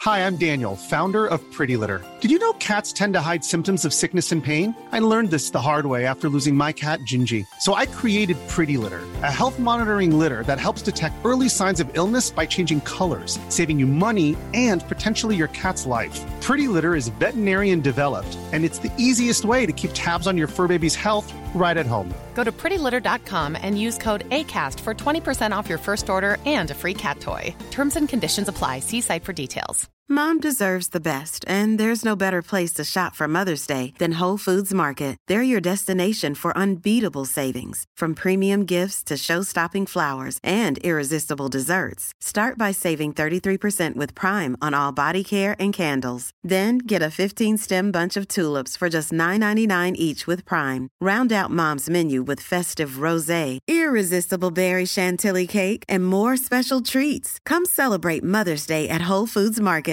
Hi, I'm Daniel, founder of Pretty Litter. Did you know cats tend to hide symptoms of sickness and pain? I learned this the hard way after losing my cat, Gingy. So I created Pretty Litter, a health monitoring litter that helps detect early signs of illness by changing colors, saving you money and potentially your cat's life. Pretty Litter is veterinarian developed, and it's the easiest way to keep tabs on your fur baby's health right at home. Go to prettylitter.com and use code ACAST for 20% off your first order and a free cat toy. Terms and conditions apply. See site for details. Mom deserves the best, and there's no better place to shop for Mother's Day than Whole Foods Market. They're your destination for unbeatable savings, from premium gifts to show-stopping flowers and irresistible desserts. Start by saving 33% with Prime on all body care and candles. Then get a 15-stem bunch of tulips for just $9.99 each with Prime. Round out Mom's menu with festive rosé, irresistible berry chantilly cake, and more special treats. Come celebrate Mother's Day at Whole Foods Market.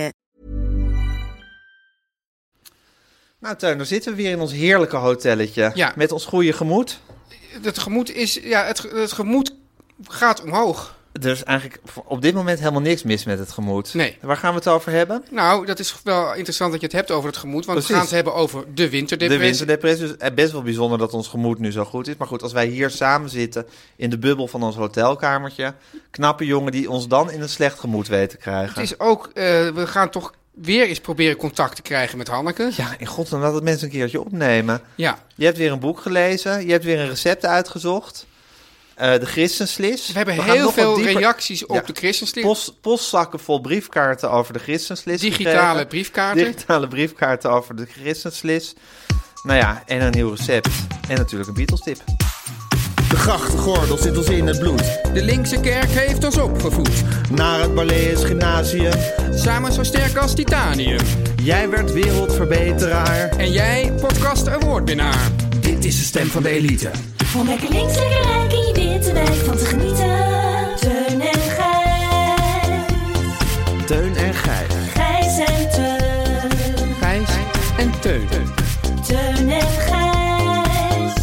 Nou Teun, dan zitten we weer in ons heerlijke hotelletje. Ja. Met ons goede gemoed. Het gemoed is, ja, het gemoed gaat omhoog. Er is eigenlijk op dit moment helemaal niks mis met het gemoed. Nee. Waar gaan we het over hebben? Nou, dat is wel interessant dat je het hebt over het gemoed. Want Precies. we gaan het hebben over de winterdepressie. De winterdepressie. Dus best wel bijzonder dat ons gemoed nu zo goed is. Maar goed, als wij hier samen zitten in de bubbel van ons hotelkamertje. Knappe jongen die ons dan in een slecht gemoed weet te krijgen. Het is ook, we gaan toch weer eens proberen contact te krijgen met Hanneke. Ja, in godsnaam, laat het mensen een keertje opnemen. Ja. Je hebt weer een boek gelezen. Je hebt weer een recept uitgezocht. De Christenslis. We hebben heel veel reacties op de Christenslis. Postzakken vol briefkaarten over de Christenslis. Digitale briefkaarten. Digitale briefkaarten over de Christenslis. Nou ja, en een nieuw recept. En natuurlijk een Beatles-tip. De grachtgordel zit ons in het bloed. De linkse kerk heeft ons opgevoed. Naar het Barlees Gymnasium. Samen zo sterk als titanium. Jij werd wereldverbeteraar. En jij podcast awardwinnaar. Dit is de stem van de elite. Om lekker links, lekker rijk in je witte wijk van te genieten. Teun en Gijs. Teun en Gijs. Gijs en Teun. Gijs en Teun. Teun en Gijs.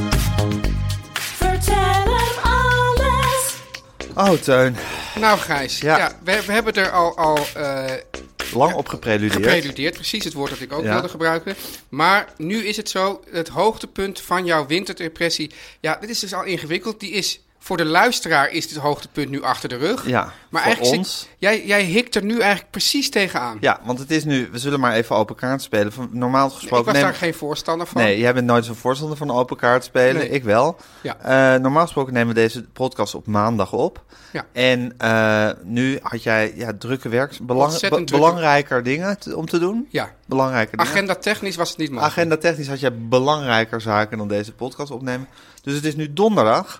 Vertel hem alles. Oh, Teun. Nou, Gijs. Ja. We hebben er al lang op gepreludeerd. Precies het woord dat ik ook wilde gebruiken. Maar nu is het zo, het hoogtepunt van jouw winterdepressie. Ja, dit is dus al ingewikkeld. Die is, voor de luisteraar is dit hoogtepunt nu achter de rug. Ja, maar voor eigenlijk ons. Jij hikt er nu eigenlijk precies tegenaan. Ja, want het is nu, we zullen maar even open kaart spelen. Normaal gesproken... Ik was daar geen voorstander van. Nee, jij bent nooit zo'n voorstander van open kaart spelen. Nee. Ik wel. Ja. Normaal gesproken nemen we deze podcast op maandag op. Ja. En nu had jij drukke werk, belangrijker dingen om te doen. Ja. Belangrijke dingen. Agenda technisch was het niet mogelijk. Agenda technisch had jij belangrijker zaken dan deze podcast opnemen. Dus het is nu donderdag.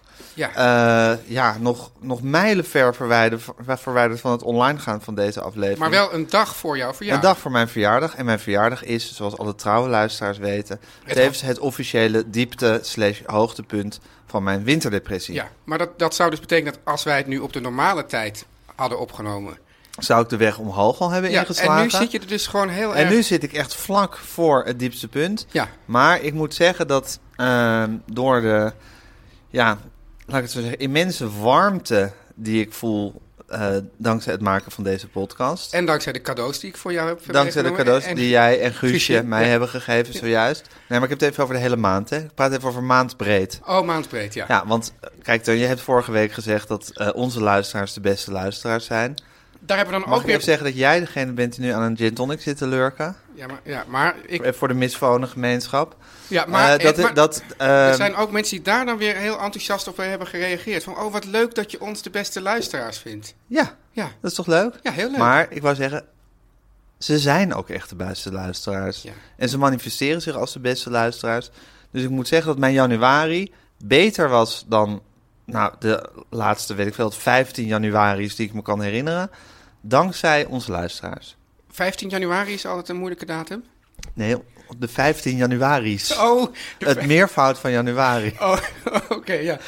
Ja. Nog mijlenver verwijderd van het online gaan van deze aflevering. Maar wel een dag voor jouw verjaardag. Een dag voor mijn verjaardag. En mijn verjaardag is, zoals alle trouwe luisteraars weten, tevens het officiële diepte/hoogtepunt van mijn winterdepressie. Ja, maar dat zou dus betekenen dat als wij het nu op de normale tijd hadden opgenomen, zou ik de weg omhoog al hebben ingeslagen. En nu zit je er dus gewoon heel erg... En nu zit ik echt vlak voor het diepste punt. Ja. Maar ik moet zeggen dat door de, laat ik het zo zeggen, immense warmte die ik voel dankzij het maken van deze podcast. En dankzij de cadeaus die ik voor jou heb dankzij de cadeaus die jij en Guusje mij hebben gegeven Ja. zojuist. Nee, maar ik heb het even over de hele maand. Hè. Ik praat even over maandbreed. Oh, maandbreed, ja. Ja, want kijk, Teun, je hebt vorige week gezegd dat onze luisteraars de beste luisteraars zijn. Daar hebben we dan Mag ook ik even zeggen dat jij degene bent die nu aan een gin tonic zit te lurken? Maar ik... Voor de misfone gemeenschap. Ja, maar, er er zijn ook mensen die daar dan weer heel enthousiast op hebben gereageerd. Van, oh, wat leuk dat je ons de beste luisteraars vindt. Ja, dat is toch leuk? Ja, heel leuk. Maar ik wou zeggen, ze zijn ook echt de beste luisteraars. Ja. En ze manifesteren zich als de beste luisteraars. Dus ik moet zeggen dat mijn januari beter was dan de laatste, weet ik veel, 15 januari's die ik me kan herinneren. Dankzij onze luisteraars. 15 januari is altijd een moeilijke datum? Nee, de 15 januari's. Oh. Het meervoud van januari. Oh, oké, ja.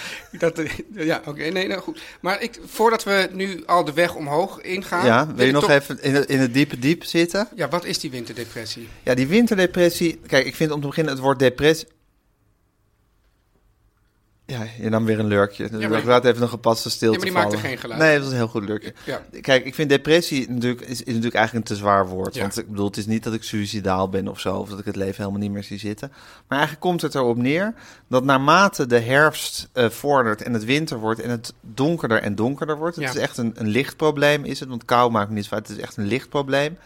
Nee, nou goed. Maar voordat we nu al de weg omhoog ingaan... Ja, wil je nog even in het diepe diep zitten? Ja, wat is die winterdepressie? Ja, die winterdepressie... Kijk, ik vind om te beginnen het woord depressie... Ja, je nam weer een lurkje. Dus Ja, maar- ik laat even een gepaste stilte Ja, maar die maakte vallen. geen geluid. Nee, dat was een heel goed lurkje. Ja. Kijk, ik vind depressie natuurlijk, is natuurlijk eigenlijk een te zwaar woord. Ja. Want ik bedoel, het is niet dat ik suïcidaal ben of zo. Of dat ik het leven helemaal niet meer zie zitten. Maar eigenlijk komt het erop neer dat naarmate de herfst vordert en het winter wordt en het donkerder en donkerder wordt. Het Ja. is echt een lichtprobleem is het. Want kou maakt me niet zo uit. Het is echt een lichtprobleem.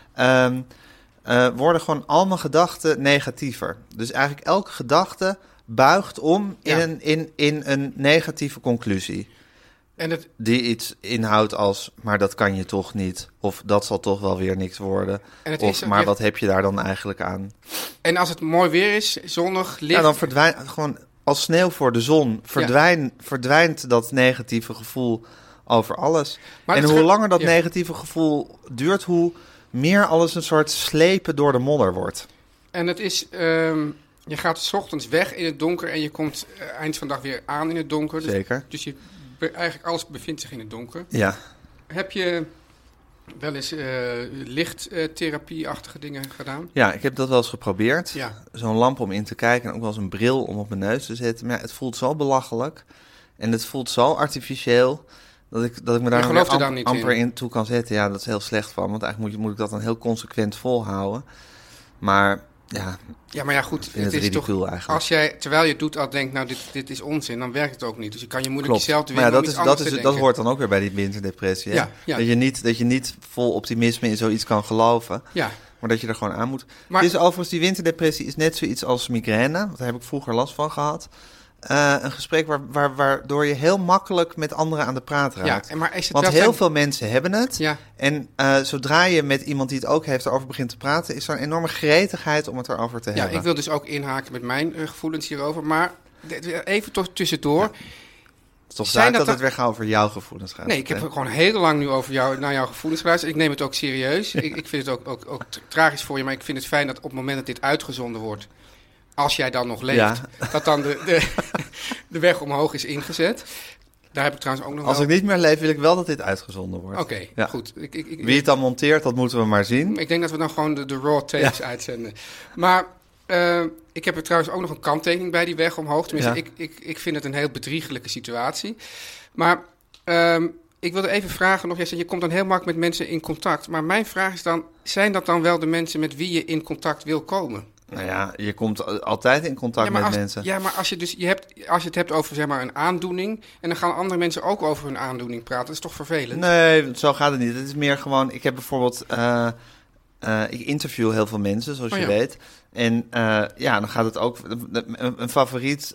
Worden gewoon al mijn gedachten negatiever. Dus eigenlijk elke gedachte buigt om in een negatieve conclusie. En het, Die iets inhoudt als, maar dat kan je toch niet. Of dat zal toch wel weer niks worden. En het Of, is ook maar echt- wat heb je daar dan eigenlijk aan? en als het mooi weer is, zonnig, licht... Ja, dan verdwijnt gewoon als sneeuw voor de zon. Verdwijnt dat negatieve gevoel over alles. Maar en het hoe gaat- langer dat ja. negatieve gevoel duurt, hoe meer alles een soort slepen door de modder wordt. En het is, je gaat 's ochtends weg in het donker en je komt eind van de dag weer aan in het donker. Dus, Zeker. Dus eigenlijk alles bevindt zich in het donker. Ja. Heb je wel eens lichttherapie-achtige dingen gedaan? Ja, ik heb dat wel eens geprobeerd. Ja. Zo'n lamp om in te kijken en ook wel eens een bril om op mijn neus te zetten. Maar ja, het voelt zo belachelijk en het voelt zo artificieel dat ik me daar gelooft weer er dan niet amper in? in toe kan zetten. Ja, dat is heel slecht van, want eigenlijk moet ik dat dan heel consequent volhouden. Maar ja, Ja, maar ja, goed. vind het ridicuul eigenlijk. Als jij, terwijl je het doet, al denkt, nou, dit is onzin, dan werkt het ook niet. Dus je kan je moeilijk klopt. jezelf Maar ja, dwingen om iets anders te dat denken. hoort dan ook weer bij die winterdepressie. Hè? Ja, ja. Dat je niet vol optimisme in zoiets kan geloven. Ja, Maar dat je er gewoon aan moet. Maar- Het is overigens, die winterdepressie is net zoiets als migraine. Want daar heb ik vroeger last van gehad. Een gesprek waardoor je heel makkelijk met anderen aan de praat raakt. ja. Maar is het Want wel heel zijn- veel mensen hebben het. Ja. En zodra je met iemand die het ook heeft erover begint te praten, is er een enorme gretigheid om het erover te Ja, hebben. ik wil dus ook inhaken met mijn gevoelens hierover. Maar even toch tussendoor. Het is toch Zijn zaak dat dat het weer gauw over jouw gevoelens gaat. Nee, ik heb gewoon heel lang nu naar jouw gevoelens geluisterd. Ik neem het ook serieus. Ik vind het ook tragisch voor je, maar ik vind het fijn dat op het moment dat dit uitgezonden wordt, als jij dan nog leeft, Ja. dat dan de weg omhoog is ingezet. Daar heb ik trouwens ook nog Als wel... ik niet meer leef, wil ik wel dat dit uitgezonden wordt. Oké, Ja. goed. Wie het dan monteert, dat moeten we maar zien. Ik denk dat we dan gewoon de raw tapes uitzenden. Maar ik heb er trouwens ook nog een kanttekening bij die weg omhoog. Tenminste, Ja. ik vind het een heel bedriegelijke situatie. Maar ik wilde even vragen nog. Jij zegt, je komt dan heel makkelijk met mensen in contact. Maar mijn vraag is dan, zijn dat dan wel de mensen met wie je in contact wil komen? Nou ja, je komt altijd in contact met mensen. Ja, maar als je het hebt over zeg maar een aandoening, en dan gaan andere mensen ook over hun aandoening praten. Dat is toch vervelend? Nee, zo gaat het niet. Het is meer gewoon... Ik heb bijvoorbeeld... ik interview heel veel mensen, zoals Oh, je ja. weet. En dan gaat het ook... Een favoriet...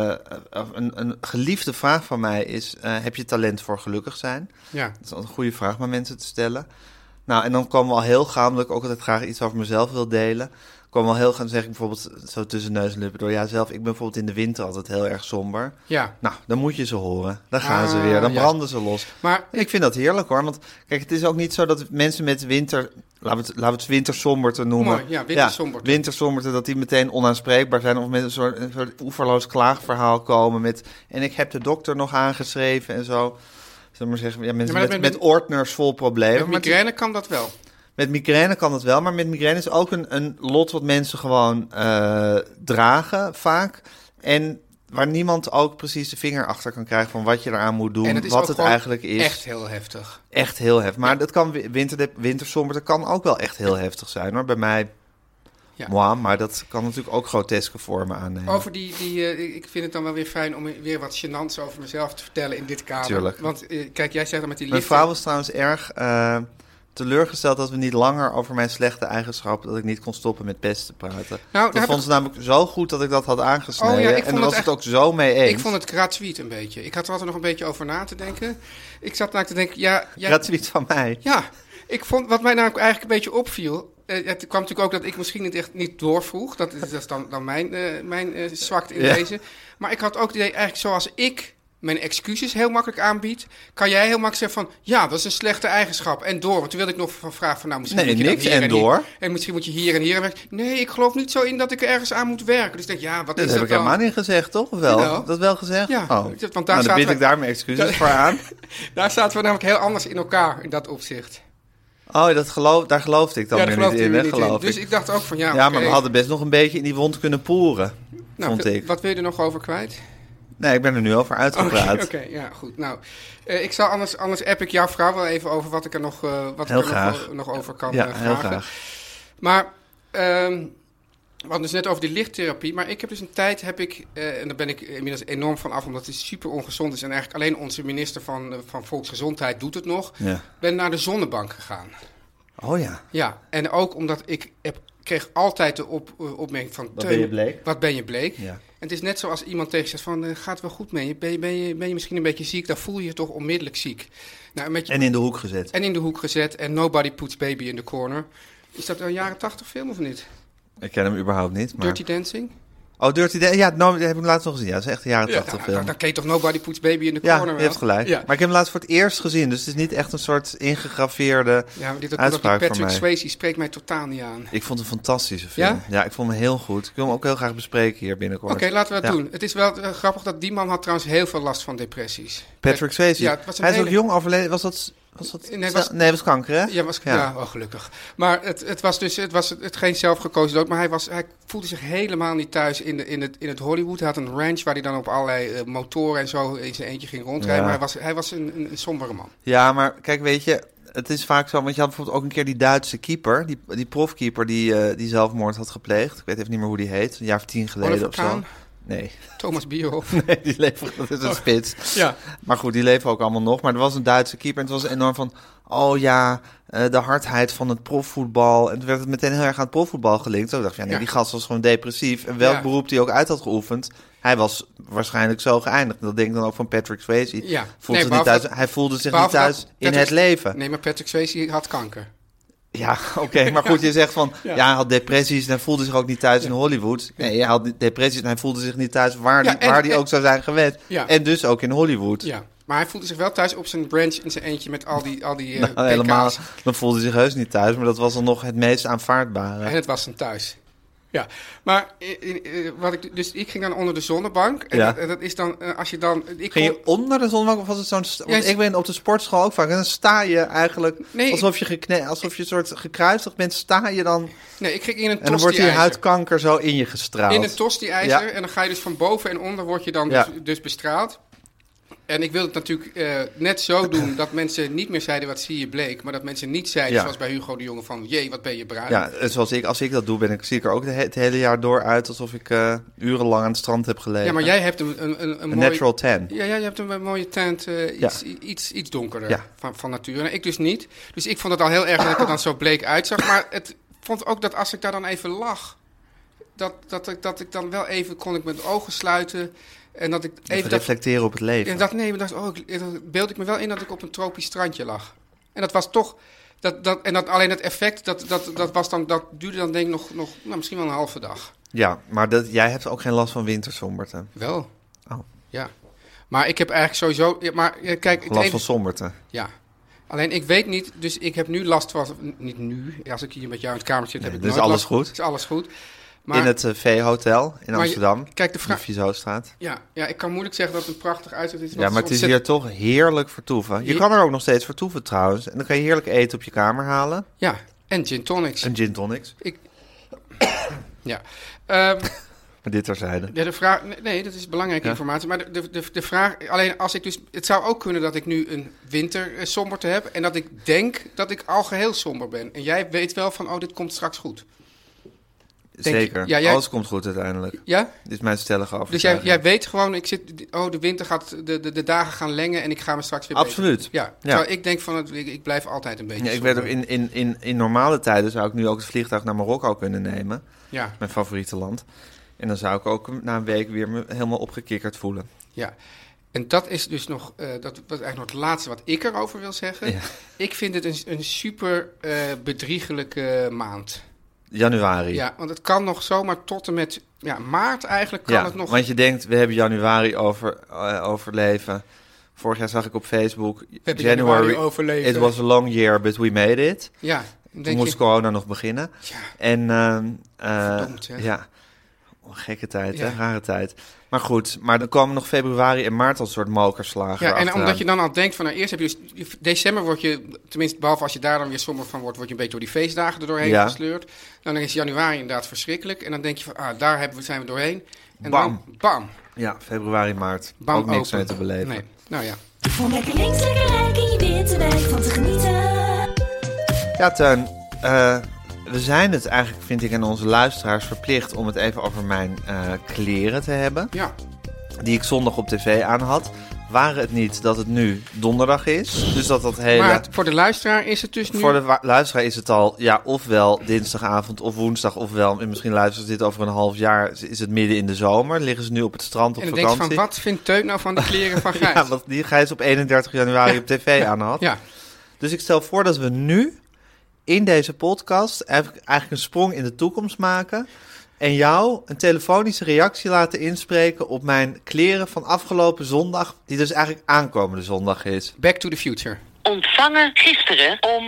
een geliefde vraag van mij is... heb je talent voor gelukkig zijn? Ja. Dat is altijd een goede vraag om mensen te stellen. Nou, en dan komen we al heel gauw... omdat ik ook altijd graag iets over mezelf wil delen... komen we al heel gauw... zeg ik bijvoorbeeld zo tussen neus en lippen door... ja, zelf, ik ben bijvoorbeeld in de winter altijd heel erg somber... Ja. Nou, dan moet je ze horen. Dan gaan ze weer. Dan ja. branden ze los. Maar Ik vind dat heerlijk hoor. Want kijk, het is ook niet zo dat mensen met winter... Laten we het wintersomberte noemen. Mooi, ja, wintersomberte. Wintersomberte, dat die meteen onaanspreekbaar zijn. Of met een soort oeverloos klaagverhaal komen. En ik heb de dokter nog aangeschreven en zo. Zullen we maar zeggen, ja, mensen Ja, maar met ordners vol problemen. met Maar het is- migraine kan dat wel. met migraine kan het wel, maar met migraine is ook een lot wat mensen gewoon dragen vaak. En waar niemand ook precies de vinger achter kan krijgen van wat je eraan moet doen, En het is wat ook het gewoon eigenlijk is. Echt heel heftig. Echt heel heftig. Maar dat kan wintersomberte kan ook wel echt heel heftig zijn hoor. Bij mij, Ja. moi, maar dat kan natuurlijk ook groteske vormen aannemen. Over ik vind het dan wel weer fijn om weer wat gênants over mezelf te vertellen in dit kader. Tuurlijk. Want kijk, jij zegt dan met die Mijn liefde... vrouw was trouwens erg teleurgesteld dat we niet langer over mijn slechte eigenschappen, dat ik niet kon stoppen met pest te praten. daar Dat heb vond ze namelijk zo goed dat ik dat had aangesneden. Oh ja, ik en vond daar was het het ook zo mee eens. Ik vond het gratuit een beetje. Ik had er altijd nog een beetje over na te denken. Ik zat naar te denken, ja... Gratuit van mij. Ja, ik vond, wat mij namelijk eigenlijk een beetje opviel... het kwam natuurlijk ook dat ik misschien niet doorvroeg. Dat is dan mijn zwakte in Ja. deze. Maar ik had ook het idee, eigenlijk zoals ik mijn excuses heel makkelijk aanbied... kan jij heel makkelijk zeggen van... ja, dat is een slechte eigenschap. En door. Want toen wilde ik nog van vragen van... nou, misschien Nee, moet je niks dan hier en hier- door. en misschien moet je hier en hier aan werken. Nee, ik geloof niet zo in dat ik er ergens aan moet werken. Dus ik denk, ja, wat Dat is heb dat ik dan? helemaal niet gezegd, toch? Of wel? Jawel. Dat wel gezegd? Ja, Oh. want daar Nou, dan zaten bied we- ik daar mijn excuses voor aan. Daar zaten we namelijk heel anders in elkaar in dat opzicht. Oh, daar geloofde ik dan Ja, weer daar niet geloofde in, je hè, niet in. geloof Dus ik. ik dacht ook van, ja, Ja, oké. maar we hadden best nog een beetje in die wond kunnen poeren, Nou, vond ik. Wat wil je er nog over kwijt? Nee, ik ben er nu over uitgepraat. Oké, ja, goed. Nou, ik zal anders app ik jouw vrouw wel even over wat ik er nog, nog over kan vragen. Heel graag. Maar, we hadden dus net over die lichttherapie. Maar ik heb dus een tijd, en daar ben ik inmiddels enorm van af, omdat het super ongezond is. En eigenlijk alleen onze minister van Volksgezondheid doet het nog. Ja. Ben naar de zonnebank gegaan. Oh ja. Ja, en ook omdat kreeg altijd de opmerking van... Wat ben je bleek? Wat ben je bleek? Ja. En het is net zoals iemand tegen zegt van... gaat het wel goed mee je? Ben je misschien een beetje ziek? Dan voel je je toch onmiddellijk ziek. Nou, En in de hoek gezet. En in de hoek gezet. En nobody puts baby in the corner. Is dat een jaren 80 film of niet? Ik ken hem überhaupt niet. Maar... Dirty Dancing? Oh, Dirty Dancing. Ja, dat heb ik laatst nog gezien. Ja, dat is echt een jaren 80 film. Dan ken je toch Nobody Puts Baby in the Ja, Corner? je hebt gelijk. Ja. Maar ik heb hem laatst voor het eerst gezien. Dus het is niet echt een soort ingegraveerde Ja, maar die uitspraak voor Patrick mij. Swayze spreekt mij totaal niet aan. Ik vond het een fantastische film. Ja? Ja, ik vond hem heel goed. Ik wil hem ook heel graag bespreken hier binnenkort. Oké, laten we dat Ja. doen. Het is wel grappig dat die man had trouwens heel veel last van depressies. Patrick Swayze. Ja, het was een Hij is ook hele- jong overleden. Was dat... Nee, het was kanker, hè? Ja, gelukkig. Maar het was geen zelfgekozen dood. Maar hij voelde zich helemaal niet thuis in het Hollywood. Hij had een ranch waar hij dan op allerlei motoren en zo in zijn eentje ging rondrijden. Ja. Maar hij was een sombere man. Ja, maar kijk, weet je... Het is vaak zo, want je had bijvoorbeeld ook een keer die Duitse keeper. Die profkeeper die zelfmoord had gepleegd. Ik weet even niet meer hoe die heet. Een jaar of 10 geleden Oliver of zo. Kahn? Nee. Thomas Bierhoff. Nee, die leven, dat is een spits. Ja. Maar goed, die leven ook allemaal nog. Maar er was een Duitse keeper en het was enorm van... Oh ja, de hardheid van het profvoetbal. En toen werd het meteen heel erg aan het profvoetbal gelinkt. Toen dacht ik, die gast was gewoon depressief. En welk beroep die ook uit had geoefend... Hij was waarschijnlijk zo geëindigd. Dat denk ik dan ook van Patrick Swayze. Ja. Hij voelde zich niet thuis in het leven. Nee, maar Patrick Swayze had kanker. Ja, oké, maar goed, je zegt van... Ja, hij had depressies en hij voelde zich ook niet thuis in Hollywood. Nee, hij had depressies en hij voelde zich niet thuis waar hij ook zou zijn gewend. Ja. En dus ook in Hollywood. Ja, maar hij voelde zich wel thuis op zijn branch in zijn eentje met al die Nou, helemaal, PK's. dan voelde hij zich heus niet thuis, maar dat was dan nog het meest aanvaardbare. En het was zijn thuis. Ja, maar ik ging dan onder de zonnebank. En dat is dan, als je dan... Ging je onder de zonnebank of was het zo'n... Want ik ben op de sportschool ook vaak. En dan sta je eigenlijk alsof je een soort gekruisigd bent. Sta je dan... Nee, ik ging in een tosti-ijzer. En dan wordt die huidkanker zo in je gestraald. In een tosti-ijzer. En dan ga je dus van boven en onder word je dan dus bestraald. En ik wil het natuurlijk net zo doen dat mensen niet meer zeiden wat zie je bleek. Maar dat mensen niet zeiden zoals bij Hugo de Jonge van jee, wat ben je bruin. Ja, zoals als ik dat doe, zie ik er ook het hele jaar door uit alsof ik urenlang aan het strand heb gelegen. Ja, maar jij hebt een mooie... natural tan. Ja, je hebt een mooie tent, iets donkerder van nature. En ik dus niet. Dus ik vond het al heel erg dat ik er dan zo bleek uitzag. Maar het vond ook dat als ik daar dan even lag, dat ik dan wel even kon ik mijn ogen sluiten... En dat ik even reflecteren op het leven. En dat beeld ik me wel in dat ik op een tropisch strandje lag. En dat was toch... alleen het effect, dat duurde dan denk ik nog misschien wel een halve dag. Ja, maar jij hebt ook geen last van wintersomberte. Wel. Oh. Ja. Maar ik heb eigenlijk sowieso... kijk, last van somberte. Ja. Alleen ik weet niet, dus ik heb nu last van... Niet nu, als ik hier met jou in het kamertje zit, heb ik nooit alles last. goed? Is alles goed. Maar, in het V-hotel in Amsterdam, kijk, de Vizostraat. Ja, ik kan moeilijk zeggen dat het een prachtig uitzicht is. Ja, maar het is hier toch heerlijk vertoeven. Je kan er ook nog steeds vertoeven trouwens. En dan kan je heerlijk eten op je kamer halen. Ja, en gin tonics. Ja. Maar dit terzijde. Ja, de vraag... Nee, dat is belangrijke informatie. Maar de vraag... Alleen als ik dus... Het zou ook kunnen dat ik nu een wintersomberte heb... en dat ik denk dat ik al geheel somber ben. En jij weet wel van... dit komt straks goed. Zeker. Ja, alles komt goed uiteindelijk. Ja? Dit is mijn stellige overtuiging. Dus jij weet gewoon... de winter gaat... De dagen gaan lengen... en ik ga me straks weer Absoluut. beter. Ja. Terwijl ik denk van... Ik blijf altijd een beetje ik weet ook in normale tijden... zou ik nu ook het vliegtuig naar Marokko kunnen nemen. Ja. Mijn favoriete land. En dan zou ik ook na een week weer me helemaal opgekikkerd voelen. Ja. En dat is dus nog, dat was eigenlijk nog het laatste wat ik erover wil zeggen. Ja. Ik vind het een super bedriegelijke maand. Januari. Ja, want het kan nog zomaar tot en met maart eigenlijk kan het nog... want je denkt, we hebben januari overleven. Vorig jaar zag ik op Facebook... January overleven. It was a long year, but we made it. Ja. Toen moest corona nog beginnen. Ja. En verdomd, hè? ja... Gekke tijd, Ja. hè? Rare tijd. Maar goed, maar dan komen nog februari en maart als soort mokerslagen. Ja, en erachteraan. omdat je dan al denkt van, nou, eerst heb je dus... December word je, tenminste, behalve als je daar dan weer somber van wordt... word je een beetje door die feestdagen er doorheen Ja. gesleurd. Dan is januari inderdaad verschrikkelijk. En dan denk je van, daar zijn we doorheen. En Bam. dan, bam, Ja, februari, maart. bam, Ook niks open. mee te beleven. Nee, nou ja. Om lekker links, lekker rijk in je witte wijk van te genieten. Ja, Teun. We zijn het eigenlijk, vind ik, aan onze luisteraars verplicht... om het even over mijn kleren te hebben. Ja, Die ik zondag op tv aan had. Waren het niet dat het nu donderdag is. Dus dat hele... maar voor de luisteraar is het dus nu... Voor de luisteraar is het al, ja, ofwel dinsdagavond of woensdag, ofwel, en misschien luisteren ze dit over een half jaar, is het midden in de zomer. Liggen ze nu op het strand op en dan denk je vakantie. van, wat vindt Teun nou van de kleren van Gijs? Ja, wat die Gijs op 31 januari op tv aan had. Ja, Dus ik stel voor dat we nu in deze podcast eigenlijk een sprong in de toekomst maken en jou een telefonische reactie laten inspreken op mijn kleren van afgelopen zondag, die dus eigenlijk aankomende zondag is. Back to the Future. Ontvangen gisteren om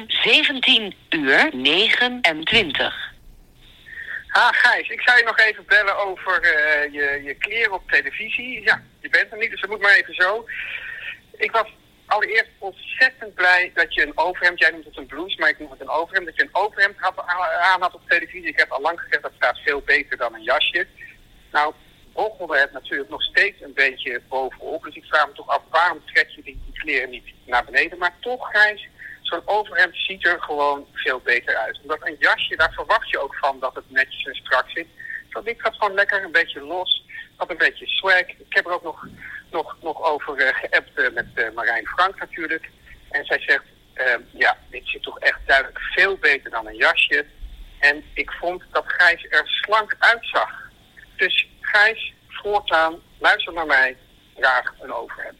17:29. Gijs, ik zou je nog even bellen over je kleren op televisie. Ja, je bent er niet, dus dat moet maar even zo. Ik was allereerst ontzettend blij dat je een overhemd, jij noemt het een blouse, maar ik noem het een overhemd, dat je een overhemd aan had op televisie. Ik heb al lang gezegd, dat staat veel beter dan een jasje. Nou, bochelde het natuurlijk nog steeds een beetje bovenop, dus ik vraag me toch af, waarom trek je die kleren niet naar beneden? Maar toch, Gijs, zo'n overhemd ziet er gewoon veel beter uit. Omdat een jasje, daar verwacht je ook van dat het netjes en strak zit. Zo'n ding gaat gewoon lekker een beetje los, had een beetje swag. Ik heb er ook nog over geappt met Marijn Frank natuurlijk. En zij zegt, ja, dit zit toch echt duidelijk veel beter dan een jasje. En ik vond dat Gijs er slank uitzag. Dus Gijs, voortaan, luister naar mij, graag een overhemd.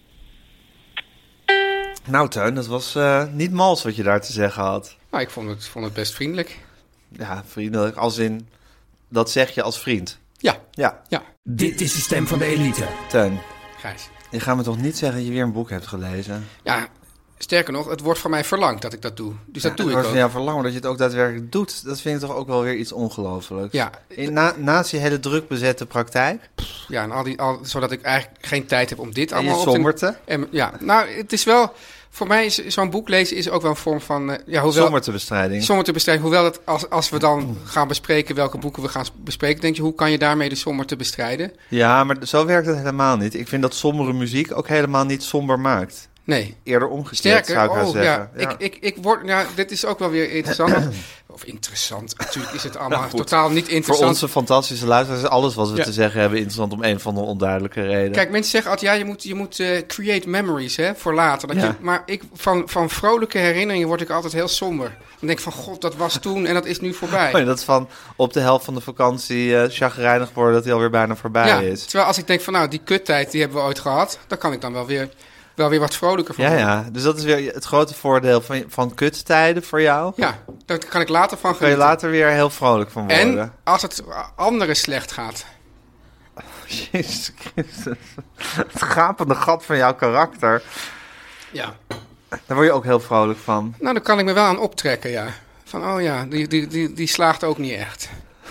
Nou, Teun, dat was niet mals wat je daar te zeggen had. Nou, ik vond het best vriendelijk. Ja, vriendelijk, als in, dat zeg je als vriend. Ja, Ja, ja, Dit is de stem van de elite. Teun, Gijs. je gaat me toch niet zeggen dat je weer een boek hebt gelezen? Ja, sterker nog, het wordt van mij verlangd dat ik dat doe. Dus dat doe ik wordt ook. van jou verlangen dat je het ook daadwerkelijk doet. Dat vind ik toch ook wel weer iets ongelooflijks. Ja, Naast je hele druk bezette praktijk ja, en zodat ik eigenlijk geen tijd heb om dit en je allemaal op te... somberte, Ja, nou, het is wel... Voor mij is zo'n boek lezen is ook wel een vorm van... hoewel sombertebestrijding. sombertebestrijding. Hoewel het, als we dan gaan bespreken welke boeken we gaan bespreken... denk je, hoe kan je daarmee de somberte bestrijden? Ja, maar zo werkt het helemaal niet. Ik vind dat sombere muziek ook helemaal niet somber maakt. Nee. Eerder omgekeerd, Sterker, zou ik haar zeggen. ja. Ik word... Ja, dit is ook wel weer interessant. Of interessant. Natuurlijk is het allemaal totaal niet Voor interessant. onze fantastische luisteraars is alles wat we Ja. te zeggen hebben interessant om een van de onduidelijke reden. Kijk, mensen zeggen altijd, ja, je moet create memories, hè, voor later. Dat Ja. maar van vrolijke herinneringen word ik altijd heel somber. Dan denk ik van, god, dat was toen en dat is nu voorbij. Oh ja, dat is van op de helft van de vakantie chagrijnig worden dat hij alweer bijna voorbij Ja, is. terwijl als ik denk van, nou, die kuttijd, die hebben we ooit gehad. Dan kan ik dan wel weer wat vrolijker van Ja, worden. ja, dus dat is weer het grote voordeel van kuttijden voor jou. Ja, daar kan ik later van Daar kun je genieten. later weer heel vrolijk van worden. En als het anderen slecht gaat. Jezus Christus. Het gapende gat van jouw karakter. Ja. Daar word je ook heel vrolijk van. Nou, daar kan ik me wel aan optrekken, ja. Van, oh ja, die slaagt ook niet echt.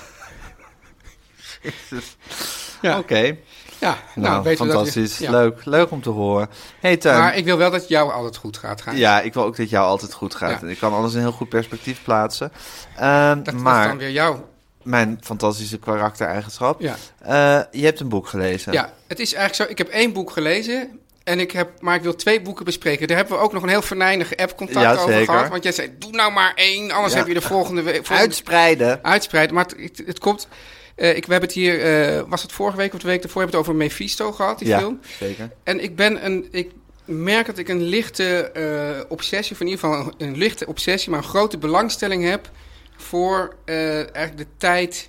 Jezus. Ja. Oké. Ja, Nou, weten we dat fantastisch. ja. Leuk om te horen. Hey Teun. Maar ik wil wel dat het jou altijd goed gaat. Gijs. Ja, ik wil ook dat jou altijd goed gaat. Ja. En ik kan alles in een heel goed perspectief plaatsen. Dat is maar dan weer jou. mijn fantastische karaktereigenschap. Ja. Je hebt een boek gelezen. Ja, het is eigenlijk zo. Ik heb 1 boek gelezen. Maar ik wil 2 boeken bespreken. Daar hebben we ook nog een heel venijnige app-contact Ja, over zeker. gehad. Want jij zei, doe nou maar 1, anders Ja. heb je de volgende week... Uitspreiden. Uitspreiden. Maar het komt... we hebben het hier... was het vorige week of de week daarvoor... hebben we het over Mephisto gehad, die film. Zeker. En ik merk dat ik een lichte obsessie... of in ieder geval een lichte obsessie... maar een grote belangstelling heb... voor eigenlijk de tijd...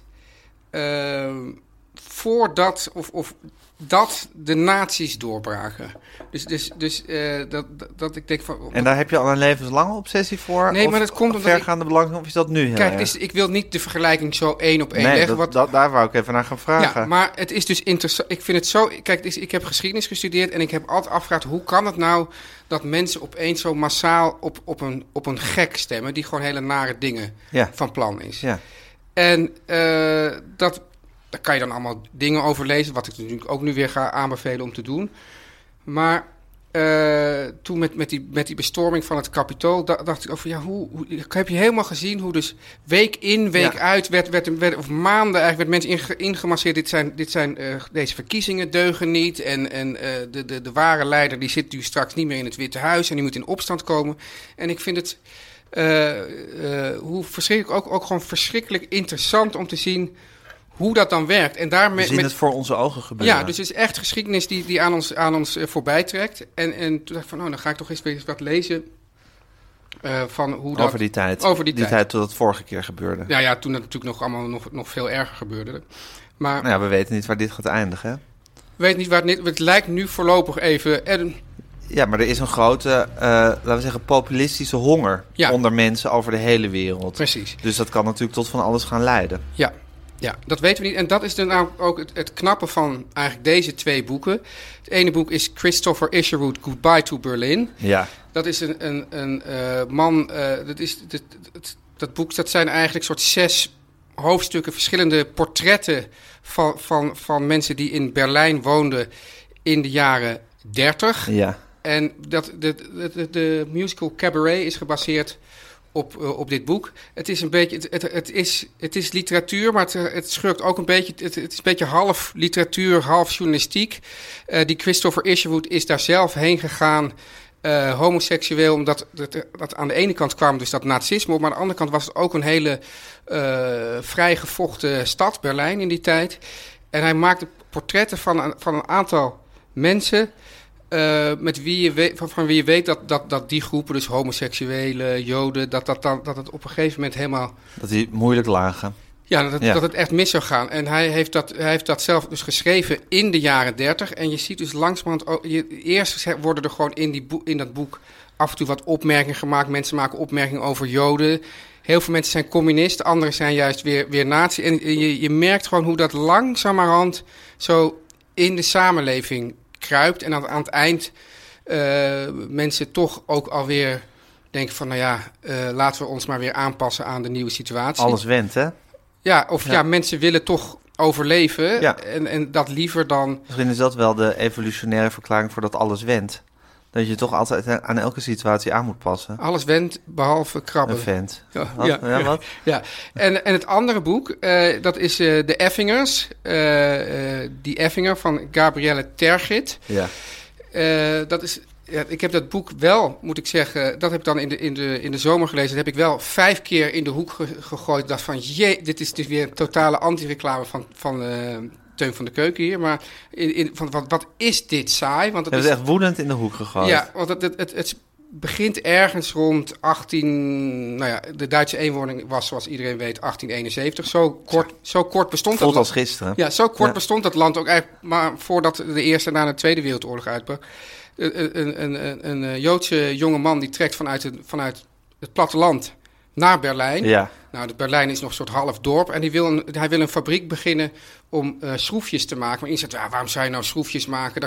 voordat... of dat de nazi's doorbraken. Dus dat ik denk van... En daar heb je al een levenslange obsessie voor? Nee, of, maar dat komt of omdat vergaande belang, of is dat nu heel Kijk, erg? ik wil niet de vergelijking zo 1 op 1 Nee, leggen. daar wou ik even naar gaan vragen. Ja, maar het is dus interessant. Ik vind het zo... Kijk, ik heb geschiedenis gestudeerd en ik heb altijd afgevraagd... hoe kan het nou dat mensen opeens zo massaal op een gek stemmen... die gewoon hele nare dingen Ja. van plan is. Ja. En dat Daar kan je dan allemaal dingen over lezen, wat ik natuurlijk ook nu weer ga aanbevelen om te doen. Maar toen met die bestorming van het Capitool, dacht ik over, heb je helemaal gezien hoe dus week in, week uit, of maanden eigenlijk, werd mensen ingemasseerd. Deze verkiezingen deugen niet. En de ware leider die zit nu straks niet meer in het Witte Huis en die moet in opstand komen. En ik vind het hoe verschrikkelijk, ook gewoon verschrikkelijk interessant om te zien hoe dat dan werkt. En daarmee, we zien het voor onze ogen gebeuren. Ja, dus het is echt geschiedenis die aan ons voorbij trekt. En toen dacht ik van, dan ga ik toch eens weer wat lezen van hoe dat... Over die tijd. Die tijd toen dat vorige keer gebeurde. Ja, toen dat natuurlijk nog allemaal nog veel erger gebeurde. Maar nou ja, we weten niet waar dit gaat eindigen, hè? We weten niet waar het lijkt nu voorlopig even... Ja, maar er is een grote, laten we zeggen, populistische honger onder mensen over de hele wereld. Precies. Dus dat kan natuurlijk tot van alles gaan leiden. Ja, dat weten we niet. En dat is dan nou ook het knappe van eigenlijk deze twee boeken. Het ene boek is Christopher Isherwood, Goodbye to Berlin. Ja. Dat is een man... Dat boek, dat zijn eigenlijk soort 6 hoofdstukken, verschillende portretten van mensen die in Berlijn woonden in de jaren 30. Ja. En de musical Cabaret is gebaseerd op dit boek. Het is een beetje, het is literatuur, maar het schurkt ook een beetje. Het is een beetje half literatuur, half journalistiek. Die Christopher Isherwood is daar zelf heen gegaan, homoseksueel, omdat dat aan de ene kant kwam dus dat nazisme op, maar aan de andere kant was het ook een hele vrijgevochten stad, Berlijn in die tijd. En hij maakte portretten van een aantal mensen met van wie je weet dat die groepen, dus homoseksuelen, Joden, dat het op een gegeven moment helemaal... Dat die moeilijk lagen. Ja, dat het echt mis zou gaan. En hij heeft dat zelf dus geschreven in de jaren 30. En je ziet dus langzamerhand... Eerst worden er gewoon in dat boek af en toe wat opmerkingen gemaakt. Mensen maken opmerkingen over Joden. Heel veel mensen zijn communist, anderen zijn juist weer nazi. En je merkt gewoon hoe dat langzamerhand zo in de samenleving kruipt. En aan het eind mensen toch ook alweer denken van... laten we ons maar weer aanpassen aan de nieuwe situatie. Alles went, hè? Ja, mensen willen toch overleven en dat liever dan... Misschien is dat wel de evolutionaire verklaring voor dat alles went. Dat je toch altijd aan elke situatie aan moet passen. Alles went, behalve krabben. Een vent. Wat? Ja. En het andere boek, dat is De Effingers. Die Effinger van Gabrielle Tergit. Ja. Dat is... Ja, ik heb dat boek wel, moet ik zeggen, dat heb ik dan in de zomer gelezen. Dat heb ik wel 5 keer in de hoek gegooid. Ik dacht van, dit is dus weer een totale anti-reclame van Teun van de Keuken hier. Maar wat is dit saai? Want het is echt woedend in de hoek gegooid. Ja, want het begint ergens rond 18... Nou ja, de Duitse eenwording was, zoals iedereen weet, 1871. Zo kort bestond dat land. Als gisteren. Ja, zo kort bestond dat land ook eigenlijk, maar voordat de Eerste en daarna de Tweede Wereldoorlog uitbrak. Een Joodse jonge man die trekt vanuit het platteland naar Berlijn. Ja. Nou, Berlijn is nog een soort half dorp. En hij wil een fabriek beginnen om schroefjes te maken. Maar iedereen zegt, waarom zou je nou schroefjes maken?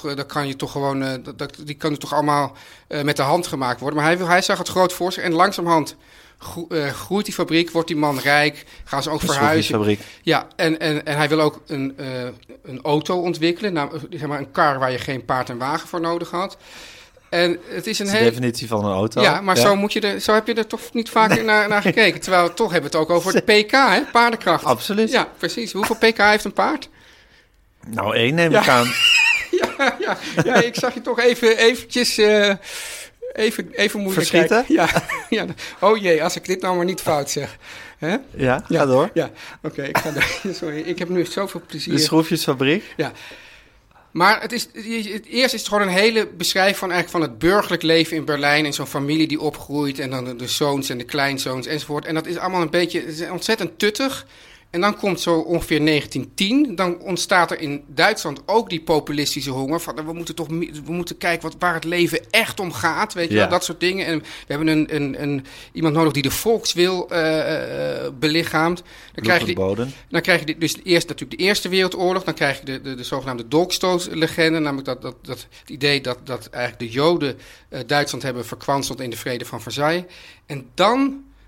Die kunnen toch allemaal met de hand gemaakt worden. Maar hij zag het groot voor zich. En langzamerhand groeit die fabriek, wordt die man rijk, gaan ze ook verhuizen. Ja, en hij wil ook een auto ontwikkelen. Nou, zeg maar een kar waar je geen paard en wagen voor nodig had. En het is de definitie van een auto. Ja, maar zo heb je er toch niet vaak naar gekeken. Terwijl we toch hebben het ook over het PK, hè? Paardenkracht. Absoluut. Ja, precies. Hoeveel PK heeft een paard? Nou, 1 neem ik aan. Ja, ik zag je toch eventjes... Even moeilijk verschieten? Kijken. Ja. Oh jee, als ik dit nou maar niet fout zeg. Hè? Ja, ga door. Ja, oké, ik ga door. Sorry, ik heb nu zoveel plezier. De schroefjesfabriek? Ja. Maar eerst is het gewoon een hele beschrijving van het burgerlijk leven in Berlijn. En zo'n familie die opgroeit. En dan de zoons en de kleinzoons enzovoort. En dat is allemaal het is ontzettend tuttig. En dan komt zo ongeveer 1910. Dan ontstaat er in Duitsland ook die populistische honger. Van we moeten kijken waar het leven echt om gaat. Weet je wel, dat soort dingen. En we hebben iemand nodig die de volkswil belichaamt. Dan krijg je dus eerst natuurlijk de Eerste Wereldoorlog. Dan krijg je de zogenaamde dolkstootlegende. Namelijk het idee dat eigenlijk de Joden Duitsland hebben verkwanseld in de Vrede van Versailles. En dan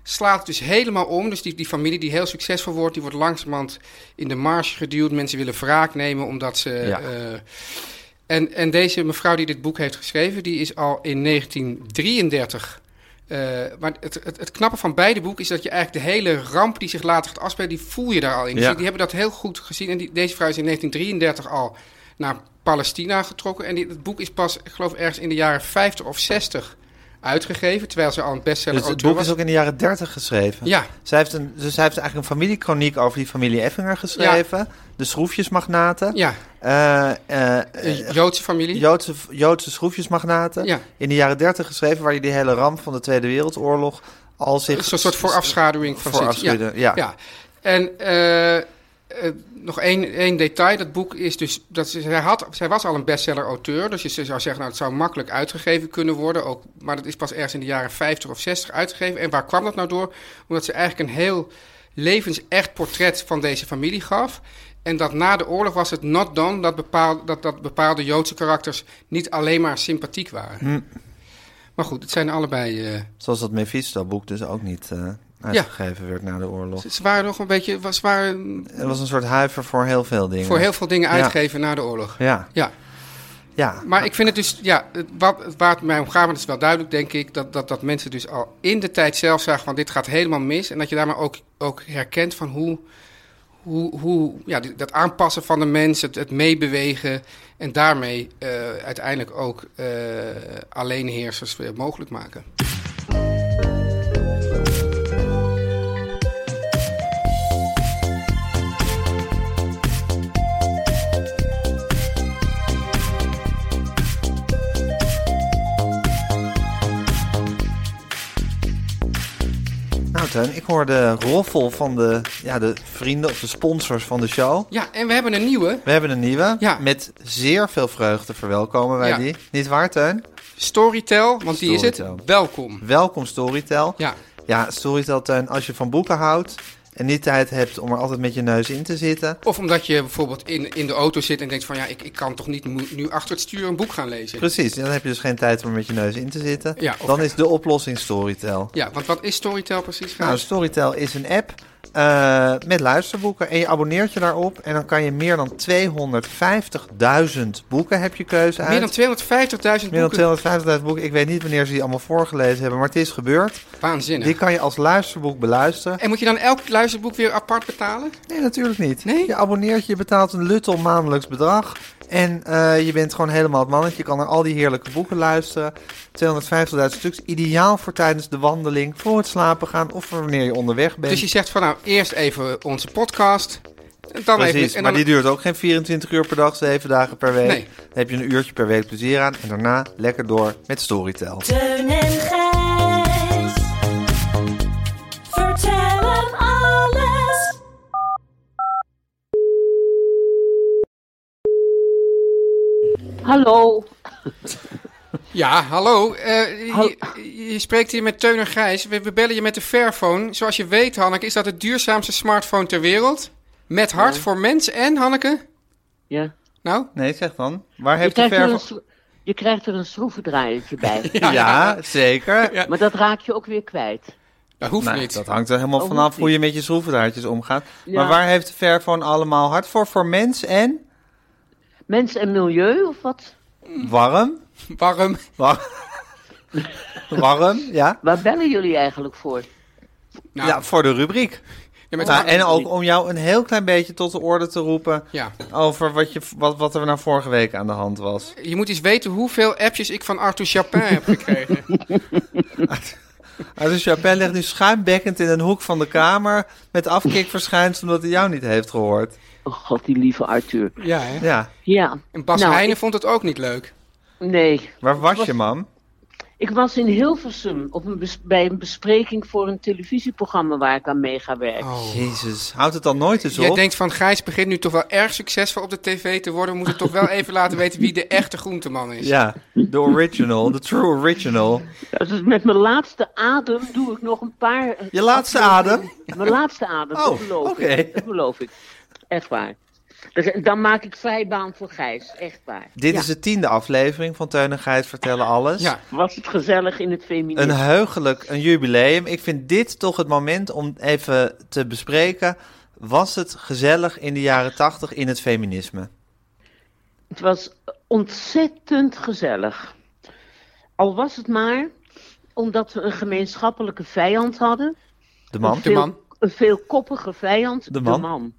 slaat het dus helemaal om. Dus die familie die heel succesvol wordt, die wordt langzamerhand in de marge geduwd. Mensen willen wraak nemen omdat ze... Ja. En deze mevrouw die dit boek heeft geschreven, die is al in 1933... maar het knappe van beide boeken is dat je eigenlijk de hele ramp die zich later gaat afspelen, die voel je daar al in. Ja. Dus die hebben dat heel goed gezien. En deze vrouw is in 1933 al naar Palestina getrokken. En het boek is pas, ik geloof, ergens in de jaren 50 of 60 uitgegeven, terwijl ze al een bestseller Dus het auteur boek was. is ook in de jaren 30 geschreven. Ja. Zij heeft eigenlijk een familiekroniek over die familie Effinger geschreven. Ja. De schroefjesmagnaten. Ja. Joodse familie. Joodse schroefjesmagnaten. Ja. In de jaren 30 geschreven, waar je die hele ramp van de Tweede Wereldoorlog al zich... Een soort voorafschaduwing van zit. Ja. En nog één detail. Dat boek is dus... Zij was al een bestseller-auteur. Dus je zou zeggen, het zou makkelijk uitgegeven kunnen worden. Ook, maar dat is pas ergens in de jaren 50 of 60 uitgegeven. En waar kwam dat nou door? Omdat ze eigenlijk een heel levensecht portret van deze familie gaf. En dat na de oorlog was het not done dat bepaalde Joodse karakters niet alleen maar sympathiek waren. Maar goed, het zijn allebei... Zoals dat Mephisto-boek dus ook niet uitgegeven werd na de oorlog. Ze waren nog een beetje... Er was een soort huiver voor heel veel dingen. Voor heel veel dingen uitgeven na de oorlog. Ja. Maar ik vind het dus... waar het mij om gaat, maar dat is wel duidelijk, denk ik... dat mensen dus al in de tijd zelf zagen van dit gaat helemaal mis. En dat je daar maar ook herkent van hoe dat aanpassen van de mens, het meebewegen en daarmee uiteindelijk ook alleenheersers mogelijk maken. Nou Teun, ik hoor de roffel van de vrienden of de sponsors van de show. Ja, en we hebben een nieuwe. Ja. Met zeer veel vreugde verwelkomen wij die. Niet waar, Teun? Storytel, want die is het. Welkom. Welkom, Storytel. Ja. Ja, Storytel, Teun, als je van boeken houdt en niet tijd hebt om er altijd met je neus in te zitten. Of omdat je bijvoorbeeld in de auto zit en denkt van ik kan toch niet nu achter het stuur een boek gaan lezen. Precies, dan heb je dus geen tijd om er met je neus in te zitten. Ja, dan is de oplossing Storytel. Ja, want wat is Storytel precies? Nou, Storytel is een app met luisterboeken en je abonneert je daarop en dan kan je meer dan 250.000 boeken heb je keuze uit. Meer dan 250.000 boeken? Meer dan 250.000 boeken. Ik weet niet wanneer ze die allemaal voorgelezen hebben, maar het is gebeurd. Waanzinnig. Die kan je als luisterboek beluisteren. En moet je dan elk luisterboek weer apart betalen? Nee, natuurlijk niet. Nee? Je abonneert je, betaalt een luttel maandelijks bedrag en je bent gewoon helemaal het mannetje. Je kan naar al die heerlijke boeken luisteren. 250.000 stuks. Ideaal voor tijdens de wandeling, voor het slapen gaan of voor wanneer je onderweg bent. Dus je zegt van nou, eerst even onze podcast. Dan precies, even, en maar dan... die duurt ook geen 24 uur per dag, 7 dagen per week. Nee. Dan heb je een uurtje per week plezier aan en daarna lekker door met Storytel. Teun en Gijs. Vertel hem alles. Hallo. Ja, hallo. Je spreekt hier met Teun en Gijs. We bellen je met de Fairphone. Zoals je weet, Hanneke, is dat het duurzaamste smartphone ter wereld. Met hart voor mens en, Hanneke? Ja. Nou? Nee, zeg dan. Waar heeft de Fairphone... Je krijgt er een schroevendraaiertje bij. Ja, zeker. Ja. Maar dat raak je ook weer kwijt. Dat hoeft niet. Dat hangt er helemaal vanaf hoe je met je schroevendraadjes omgaat. Ja. Maar waar heeft de Fairphone allemaal hart voor? Voor mens en? Mens en milieu, of wat? Warm, ja. Waar bellen jullie eigenlijk voor? Nou, ja, voor de rubriek. Ja, en ook om jou een heel klein beetje tot de orde te roepen over wat er nou vorige week aan de hand was. Je moet eens weten hoeveel appjes ik van Arthur Chapin heb gekregen. Arthur Chapin ligt nu schuimbekkend in een hoek van de kamer met afkikverschijnsel omdat hij jou niet heeft gehoord. Oh god, die lieve Arthur. Ja, hè? Ja. En Bas Heijnen vond het ook niet leuk. Nee. Waar was je, mam? Ik was in Hilversum bij een bespreking voor een televisieprogramma waar ik aan mee ga werken. Oh. Jezus, houdt het dan nooit eens op? Jij denkt van Gijs begint nu toch wel erg succesvol op de tv te worden. We moeten toch wel even laten weten wie de echte groenteman is. Ja, de original, de true original. Ja, dus met mijn laatste adem doe ik nog een paar... Je laatste adem? Mijn laatste adem, dat beloof ik. Dat beloof ik. Echt waar. Dus dan maak ik vrij baan voor Gijs, echt waar. Dit Ja. is de 10e aflevering van Teun en Gijs vertellen alles. Ja. Was het gezellig in het feminisme? Een heugelijk, een jubileum. Ik vind dit toch het moment om even te bespreken. Was het gezellig in de jaren 80 in het feminisme? Het was ontzettend gezellig. Al was het maar omdat we een gemeenschappelijke vijand hadden. De man? De man. Een veelkoppige vijand, De man.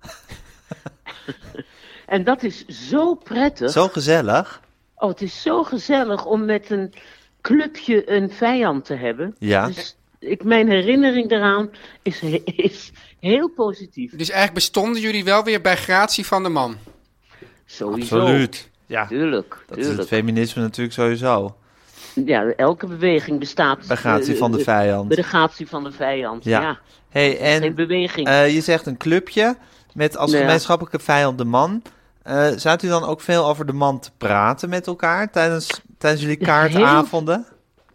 En dat is zo prettig. Zo gezellig. Oh, het is zo gezellig om met een clubje een vijand te hebben. Ja. Dus mijn herinnering daaraan is heel positief. Dus eigenlijk bestonden jullie wel weer bij gratie van de man. Sowieso. Absoluut. Ja, Tuurlijk, dat is het feminisme natuurlijk sowieso. Ja, elke beweging bestaat... Bij gratie van de vijand. Bij de gratie van de vijand, Ja. ja. Hey, en Geen beweging. je zegt een clubje met als Ja. gemeenschappelijke vijand de man. Zaten u dan ook veel over de man te praten met elkaar tijdens jullie kaartavonden?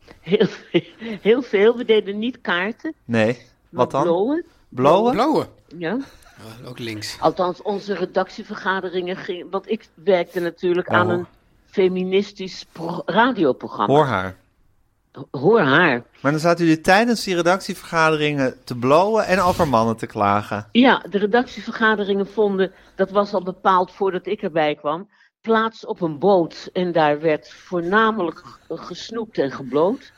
Heel veel. We deden niet kaarten, Nee. maar Wat dan? blowen. Blowen? Blowen. Ja. Oh, ook links. Althans, onze redactievergaderingen gingen... Want ik werkte natuurlijk Nou, aan een feministisch radioprogramma. Hoor haar. Hoor haar. Maar dan zaten jullie tijdens die redactievergaderingen te blowen en over mannen te klagen. Ja, de redactievergaderingen vonden, dat was al bepaald voordat ik erbij kwam, plaats op een boot. En daar werd voornamelijk gesnoept en gebloot.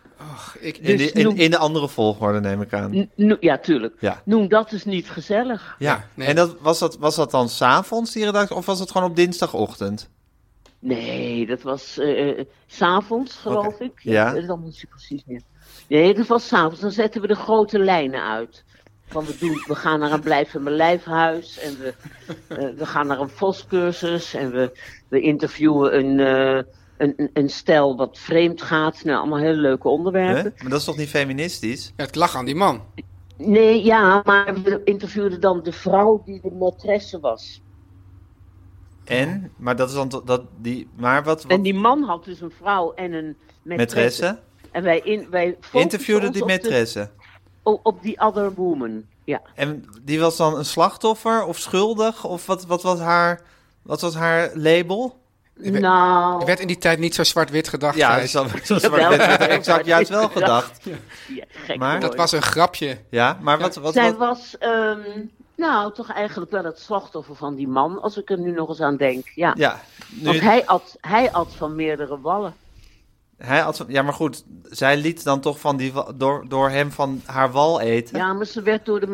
Dus In de andere volgorde neem ik aan. Ja, tuurlijk. Ja. Noem dat dus niet gezellig. Ja. nee. En was dat dan 's avonds die redactie, of was het gewoon op dinsdagochtend? Nee, dat was 's avonds, geloof Oké. ik. Ja. Ik weet het allemaal niet zo precies meer. Nee, dat was 's avonds. Dan zetten we de grote lijnen uit. Van we gaan naar een Blijf in mijn lijfhuis. En we gaan naar een VOS-cursus. En we interviewen een stel wat vreemd gaat. Nou, allemaal hele leuke onderwerpen. Huh? Maar dat is toch niet feministisch? Ja, het lag aan die man. Nee, ja, maar we interviewden dan de vrouw die de maîtresse was. En? Maar dat is dan maar wat En die man had dus een vrouw en een maîtresse? En wij Interviewde die ons maîtresse? op die other woman, ja. En die was dan een slachtoffer of schuldig? Of wat was haar label? Nou, Er werd in die tijd niet zo zwart-wit gedacht. Ja, Gijs. zo werd exact juist wel gedacht. ja, gek Maar- hoor. Dat was een grapje. Ja, maar wat Zij was, nou, toch eigenlijk wel het slachtoffer van die man, als ik er nu nog eens aan denk. Ja, Ja, want hij at van meerdere wallen. ja, maar goed, zij liet dan toch door hem van haar wal eten. Ja, maar ze werd door de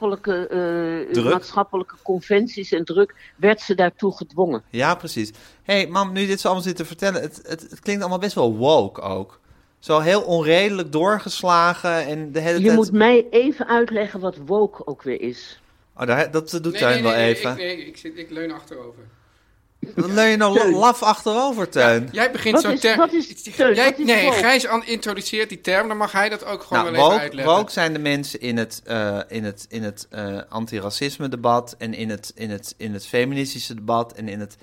Druk? maatschappelijke conventies en druk, werd ze daartoe gedwongen. Ja, precies. Hé, mam, nu je dit zo allemaal zit te vertellen, het klinkt allemaal best wel woke ook. Zo heel onredelijk doorgeslagen en de hele Je tijd... moet mij even uitleggen wat woke ook weer is. Oh, dat doet Teun wel even. Ik leun achterover. Dan leun je nou laf achterover, Teun. Jij begint Wat zo'n is- term... wat is- Teun, wat is woke? Gijs introduceert die term, dan mag hij dat ook gewoon Nou, wel even uitleggen. woke zijn de mensen in het antiracisme debat en in het feministische debat en in het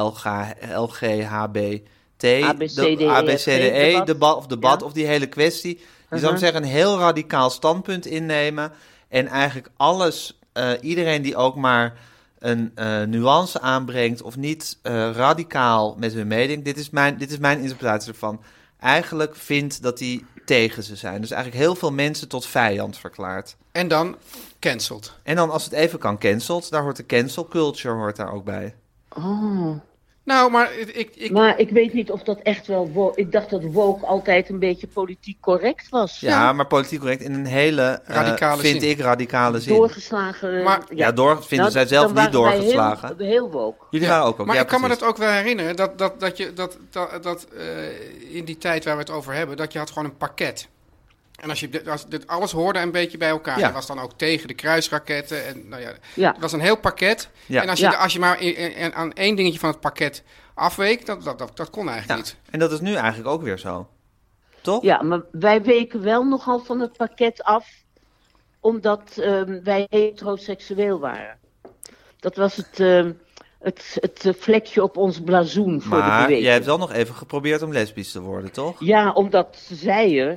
LGHBT ABCDE debat Ja. of die hele kwestie. Je zou zeggen een heel radicaal standpunt innemen en eigenlijk iedereen die ook maar een nuance aanbrengt of niet radicaal met hun mening. Dit is mijn interpretatie ervan. Eigenlijk vindt dat die tegen ze zijn. Dus eigenlijk heel veel mensen tot vijand verklaart. En dan cancelled. En dan als het even kan cancelt, daar hoort de cancel culture hoort daar ook bij. Oh. Nou, maar Maar ik weet niet of dat echt wel woke... Ik dacht dat woke altijd een beetje politiek correct was. Ja, maar politiek correct in een hele, Radicale vind zin. ik, radicale zin. Doorgeslagen... Maar- Ja, vinden zij zelf dan niet waren wij doorgeslagen. Heel woke. Jullie waren ook. Maar Ja, ik kan me precies. dat ook wel herinneren, dat in die tijd waar we het over hebben, dat je had gewoon een pakket. En als dit alles hoorde een beetje bij elkaar. Ja. Je was dan ook tegen de kruisraketten. En, nou ja, Ja. Het was een heel pakket. Ja. En Ja. als je maar aan één dingetje van het pakket afweek, dat kon eigenlijk Ja. niet. En dat is nu eigenlijk ook weer zo. Toch? Ja, maar wij weken wel nogal van het pakket af, omdat wij heteroseksueel waren. Dat was het vlekje op ons blazoen voor de Maar beweging. jij hebt wel nog even geprobeerd om lesbisch te worden, toch? Ja, omdat ze zeiden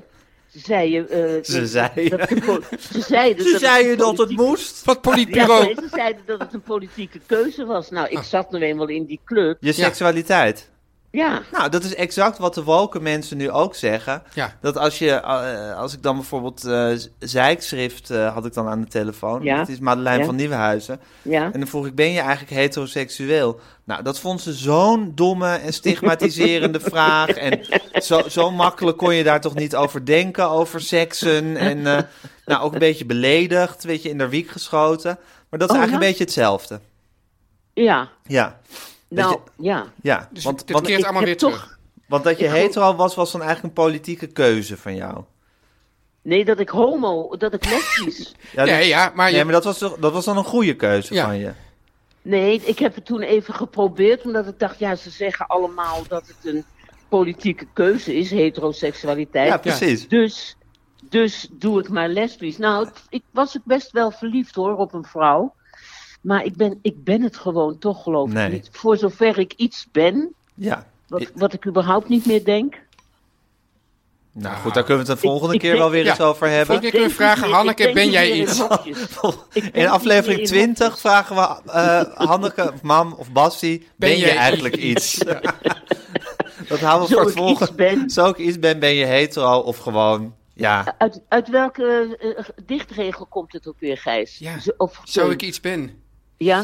Ze zeiden... Ze zeiden. Ze zeiden Ze zeiden dat het moest. Wat politbureau. Ja, nee, ze zeiden dat het een politieke keuze was. Nou, ik zat nu eenmaal in die club. Je seksualiteit. Ja. Nou, dat is exact wat de woke mensen nu ook zeggen. Ja. Dat als ik dan bijvoorbeeld Zijkschrift had ik dan aan de telefoon. Ja. Het is Madeleine Ja. van Nieuwenhuizen. Ja. En dan vroeg ik, ben je eigenlijk heteroseksueel? Nou, dat vond ze zo'n domme en stigmatiserende vraag. En zo makkelijk kon je daar toch niet over denken, over seksen. En nou, ook een beetje beledigd, weet je, in de wiek geschoten. Maar dat is eigenlijk een beetje hetzelfde. Ja. Ja. Nou, ja. Ja, Dus want dit keert allemaal weer terug. Want dat je hetero was dan eigenlijk een politieke keuze van jou. Nee, dat ik lesbisch. Maar dat was dan een goede keuze van je. Nee, ik heb het toen even geprobeerd, omdat ik dacht, ja, ze zeggen allemaal dat het een politieke keuze is, heteroseksualiteit. Ja, precies. Dus doe ik maar lesbisch. Nou, ik was ook best wel verliefd hoor, op een vrouw. Maar ik ben het gewoon toch, geloof ik niet. Voor zover ik iets ben, wat ik überhaupt niet meer denk. Nou goed, daar kunnen we het de volgende keer wel weer eens over hebben. Volgende keer kunnen we vragen, Hanneke, ben jij iets? In aflevering 20 vragen we Hanneke, of Mam of Bassie, ben je eigenlijk iets? Dat houden we voor het volgende. Zo ik iets ben je hetero of gewoon... Ja. Uit welke dichtregel komt het ook weer, Gijs? Ja. Zo ik iets ben. Ja.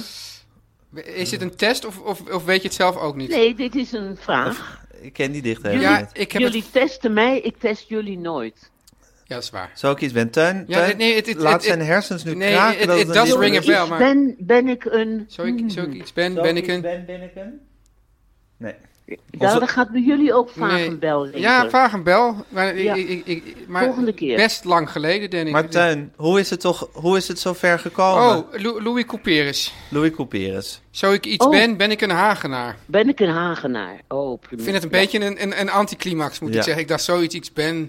Is dit een test of weet je het zelf ook niet? Nee, dit is een vraag. Ik ken die dichtregel niet. Jullie testen mij, ik test jullie nooit. Ja, dat is waar. Zo ik iets ben. Teun, laat zijn hersens nu kraken. Het does ring a bell, maar... Ben ik een... Zo ik iets ben ik een... Ben ik een... Nee. Nou, dan gaat bij jullie ook Vagenbel rinken. Ja, Vagenbel. Maar, maar volgende keer. Best lang geleden, denk ik. Maar Teun, hoe is het zo ver gekomen? Oh, Louis Couperus. Louis Couperus. Zo ik iets ben ik een Hagenaar. Ben ik een Hagenaar? Oh, prima. Ik vind het een beetje een anticlimax, moet ik zeggen. Ik dacht zoiets iets ben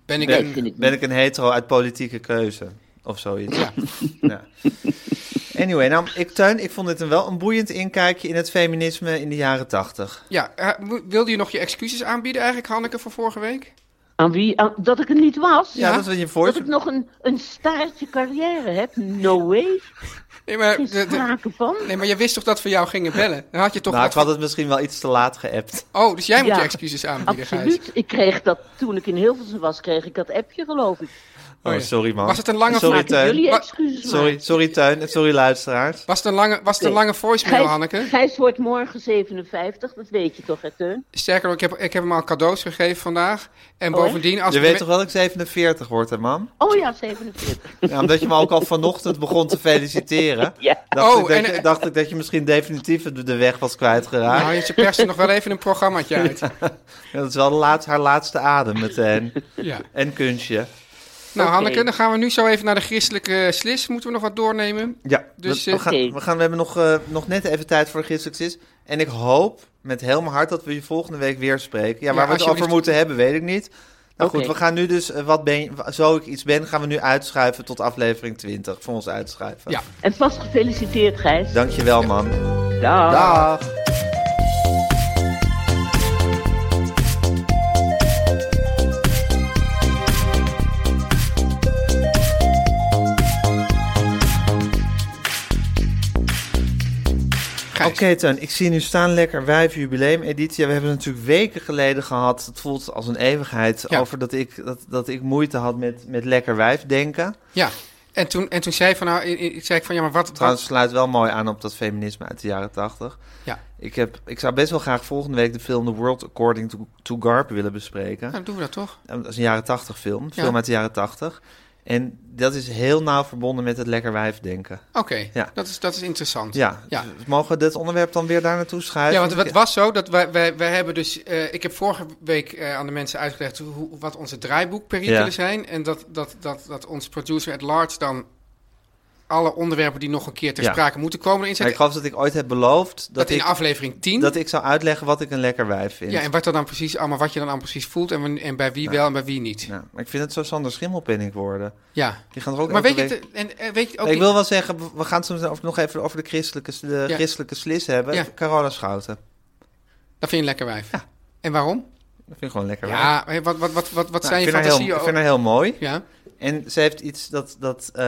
ik een hetero uit politieke keuze. Of zoiets. Ja. Anyway, nou, ik vond dit wel een boeiend inkijkje in het feminisme in de jaren 80. Ja, wilde je nog je excuses aanbieden eigenlijk, Hanneke, voor vorige week? Aan wie? Dat ik er niet was? Ja, dat was je voor. Dat ik nog een staartje carrière heb? No way. Nee, maar, Geen sprake van. Nee, maar je wist toch dat we jou gingen bellen? Dan had je toch ik had het misschien wel iets te laat geappt. Oh, dus jij moet je excuses aanbieden, absoluut. Gijs. Ik kreeg dat, toen ik in Hilversum was, kreeg ik dat appje, geloof ik. Oh, sorry man. Was het een lange... Sorry Teun. Sorry Teun en sorry luisteraars. Was het een lange voicemail, Hanneke? Gijs wordt morgen 57, dat weet je toch, hè, Teun? Sterker nog, ik heb hem al cadeaus gegeven vandaag. En bovendien... Je weet toch wel dat ik 47 word, hè, man? Oh ja, 47. Ja, omdat je me ook al vanochtend begon te feliciteren. Ja. Dacht ik dat je misschien definitief de weg was kwijtgeraakt. Nou, je perst er nog wel even een programmaatje uit. Ja, dat is wel haar laatste adem meteen. Ja. En kunstje. Nou, Hanneke, dan gaan we nu zo even naar de christelijke slis. Moeten we nog wat doornemen? Ja, dus, we hebben nog net even tijd voor de christelijke slis. En ik hoop met heel mijn hart dat we je volgende week weer spreken. Ja, waar we het over moeten hebben, weet ik niet. Nou goed, we gaan nu dus, zo ik iets ben, gaan we nu uitschuiven tot aflevering 20. Voor ons uitschuiven. Ja. En vast gefeliciteerd, Gijs. Dankjewel, man. Dag. Dag. Oké, Teun, ik zie nu staan Lekker Wijf jubileumeditie. We hebben het natuurlijk weken geleden gehad. Het voelt als een eeuwigheid over dat ik moeite had met Lekker Wijf denken. Ja, en toen zei ik van ja, maar wat... Trouwens, sluit wel mooi aan op dat feminisme uit de jaren 80. Ja. Ik zou best wel graag volgende week de film The World According to Garp willen bespreken. Nou, dan doen we dat toch? Dat is een jaren 80 film, film uit de jaren 80. En dat is heel nauw verbonden met het lekker wijf denken. Oké, dat is interessant. Ja. Dus mogen we dit onderwerp dan weer daar naartoe schuiven? Ja, want het was zo dat wij hebben dus... ik heb vorige week aan de mensen uitgelegd wat onze draaiboekperikelen zijn. En dat onze producer at large dan alle onderwerpen die nog een keer ter sprake moeten komen inzetten. Ik geloof dat ik ooit heb beloofd dat in aflevering 10... dat ik zou uitleggen wat ik een lekker wijf vind. Ja, en wat je dan dan precies voelt en bij wie wel en bij wie niet. Ja, maar ik vind het zo Sander Schimmelpenninck worden. Ja. Die gaan er ook maar weet je ook... Ik wil wel zeggen, we gaan het soms nog even over de christelijke slis hebben. Ja. Carola Schouten. Dat vind je een lekker wijf. Ja. En waarom? Dat vind ik gewoon lekker. Ja, wat zijn je fantasieën Ik vind haar heel mooi. Ja. En ze heeft iets dat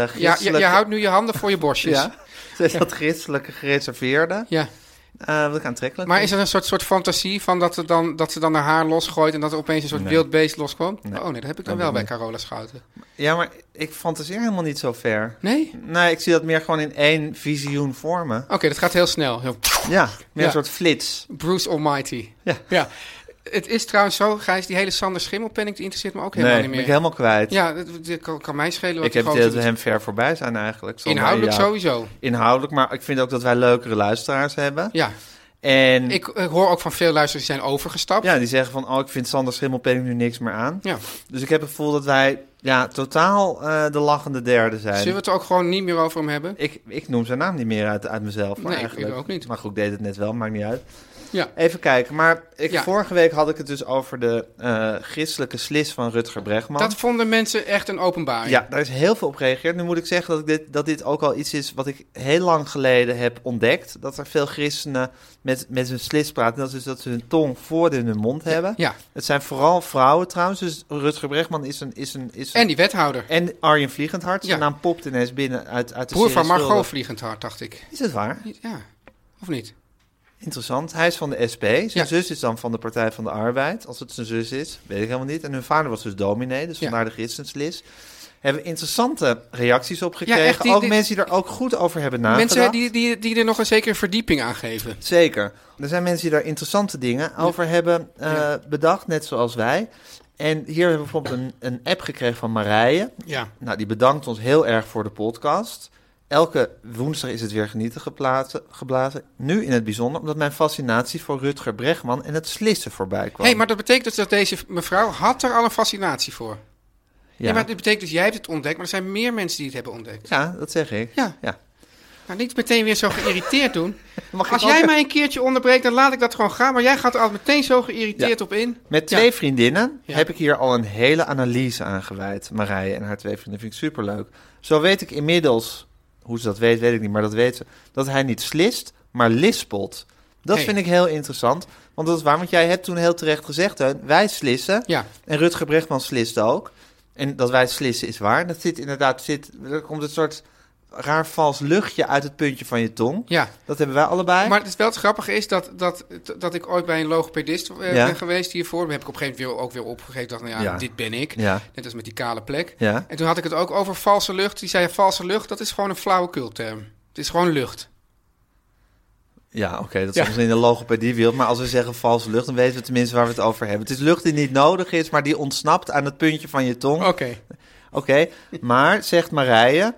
Je houdt nu je handen voor je borstjes. Ja, ze heeft dat christelijke gereserveerde. Ja. Wat ik aantrekkelijk Maar vind. is er een soort fantasie van dat ze dan haar haar losgooit en dat er opeens een soort wild beest loskwam? Nee. Oh nee, dat heb ik dan wel bij Carola Schouten. Ja, maar ik fantaseer helemaal niet zo ver. Nee? Nee, ik zie dat meer gewoon in één visioen vormen. Oké, dat gaat heel snel. Ja, meer een soort flits. Bruce Almighty. Ja. Het is trouwens zo, Gijs, die hele Sander Schimmelpenninck, die interesseert me ook helemaal niet meer. Ben ik helemaal kwijt. Ja, dat kan mij schelen. Ik heb het dat we hem ver voorbij zijn eigenlijk. Inhoudelijk sowieso. Inhoudelijk, maar ik vind ook dat wij leukere luisteraars hebben. Ja. En ik hoor ook van veel luisteraars die zijn overgestapt. Ja, die zeggen van, ik vind Sander Schimmelpenninck nu niks meer aan. Ja. Dus ik heb het gevoel dat wij totaal de lachende derde zijn. Zullen we het er ook gewoon niet meer over hem hebben? Ik noem zijn naam niet meer uit mezelf. Maar nee, eigenlijk. ik ook niet. Maar goed, ik deed het net wel, maakt niet uit. Ja. Even kijken, maar vorige week had ik het dus over de christelijke slis van Rutger Bregman. Dat vonden mensen echt een openbaring. Ja, daar is heel veel op gereageerd. Nu moet ik zeggen dat dit ook al iets is wat ik heel lang geleden heb ontdekt. Dat er veel christenen met hun slis praten. Dat is dus dat ze hun tong voor hun mond hebben. Ja. Het zijn vooral vrouwen trouwens. Dus Rutger Bregman is een en die wethouder. En Arjen Vliegendhart. Zijn naam popt ineens binnen uit de broer van Margot Schulden. Vliegendhart, dacht ik. Is het waar? Ja, of niet? Interessant. Hij is van de SP. Zijn zus is dan van de Partij van de Arbeid. Als het zijn zus is, weet ik helemaal niet. En hun vader was dus dominee, dus vandaar de christenslis. Hebben interessante reacties op gekregen. Ja, echt, ook mensen die er ook goed over hebben nagedacht. Mensen die er nog een zekere verdieping aan geven. Zeker. Er zijn mensen die daar interessante dingen over hebben bedacht, net zoals wij. En hier hebben we bijvoorbeeld een app gekregen van Marije. Ja. Nou, die bedankt ons heel erg voor de podcast. Elke woensdag is het weer genieten geblazen. Nu in het bijzonder, omdat mijn fascinatie voor Rutger Bregman en het slissen voorbij kwam. Maar dat betekent dus dat deze mevrouw had er al een fascinatie voor. Ja, maar dat betekent dus jij hebt het ontdekt, maar er zijn meer mensen die het hebben ontdekt. Ja, dat zeg ik. Ja. Nou, niet meteen weer zo geïrriteerd doen. Als jij mij een keertje onderbreekt, dan laat ik dat gewoon gaan. Maar jij gaat er altijd meteen zo geïrriteerd op in. Met 2 vriendinnen heb ik hier al een hele analyse aan gewijd. Marije en haar 2 vrienden vind ik superleuk. Zo weet ik inmiddels, hoe ze dat weet ik niet, maar dat weet ze, dat hij niet slist, maar lispelt. Dat vind ik heel interessant. Want dat is waar, want jij hebt toen heel terecht gezegd, Teun, wij slissen. Ja. En Rutger Bregman slist ook. En dat wij slissen is waar. Dat zit inderdaad, er komt een soort raar vals luchtje uit het puntje van je tong. Ja. Dat hebben wij allebei. Maar het grappige is dat ik ooit bij een logopedist ben geweest hiervoor. Daar heb ik op een gegeven moment ook weer opgegeven. Dacht, dit ben ik. Ja. Net als met die kale plek. Ja. En toen had ik het ook over valse lucht. Die zei, valse lucht, dat is gewoon een flauwekulterm. Het is gewoon lucht. Ja, oké, dat is soms in de logopediewereld. Maar als we zeggen valse lucht, dan weten we tenminste waar we het over hebben. Het is lucht die niet nodig is, maar die ontsnapt aan het puntje van je tong. Oké, maar, zegt Marije,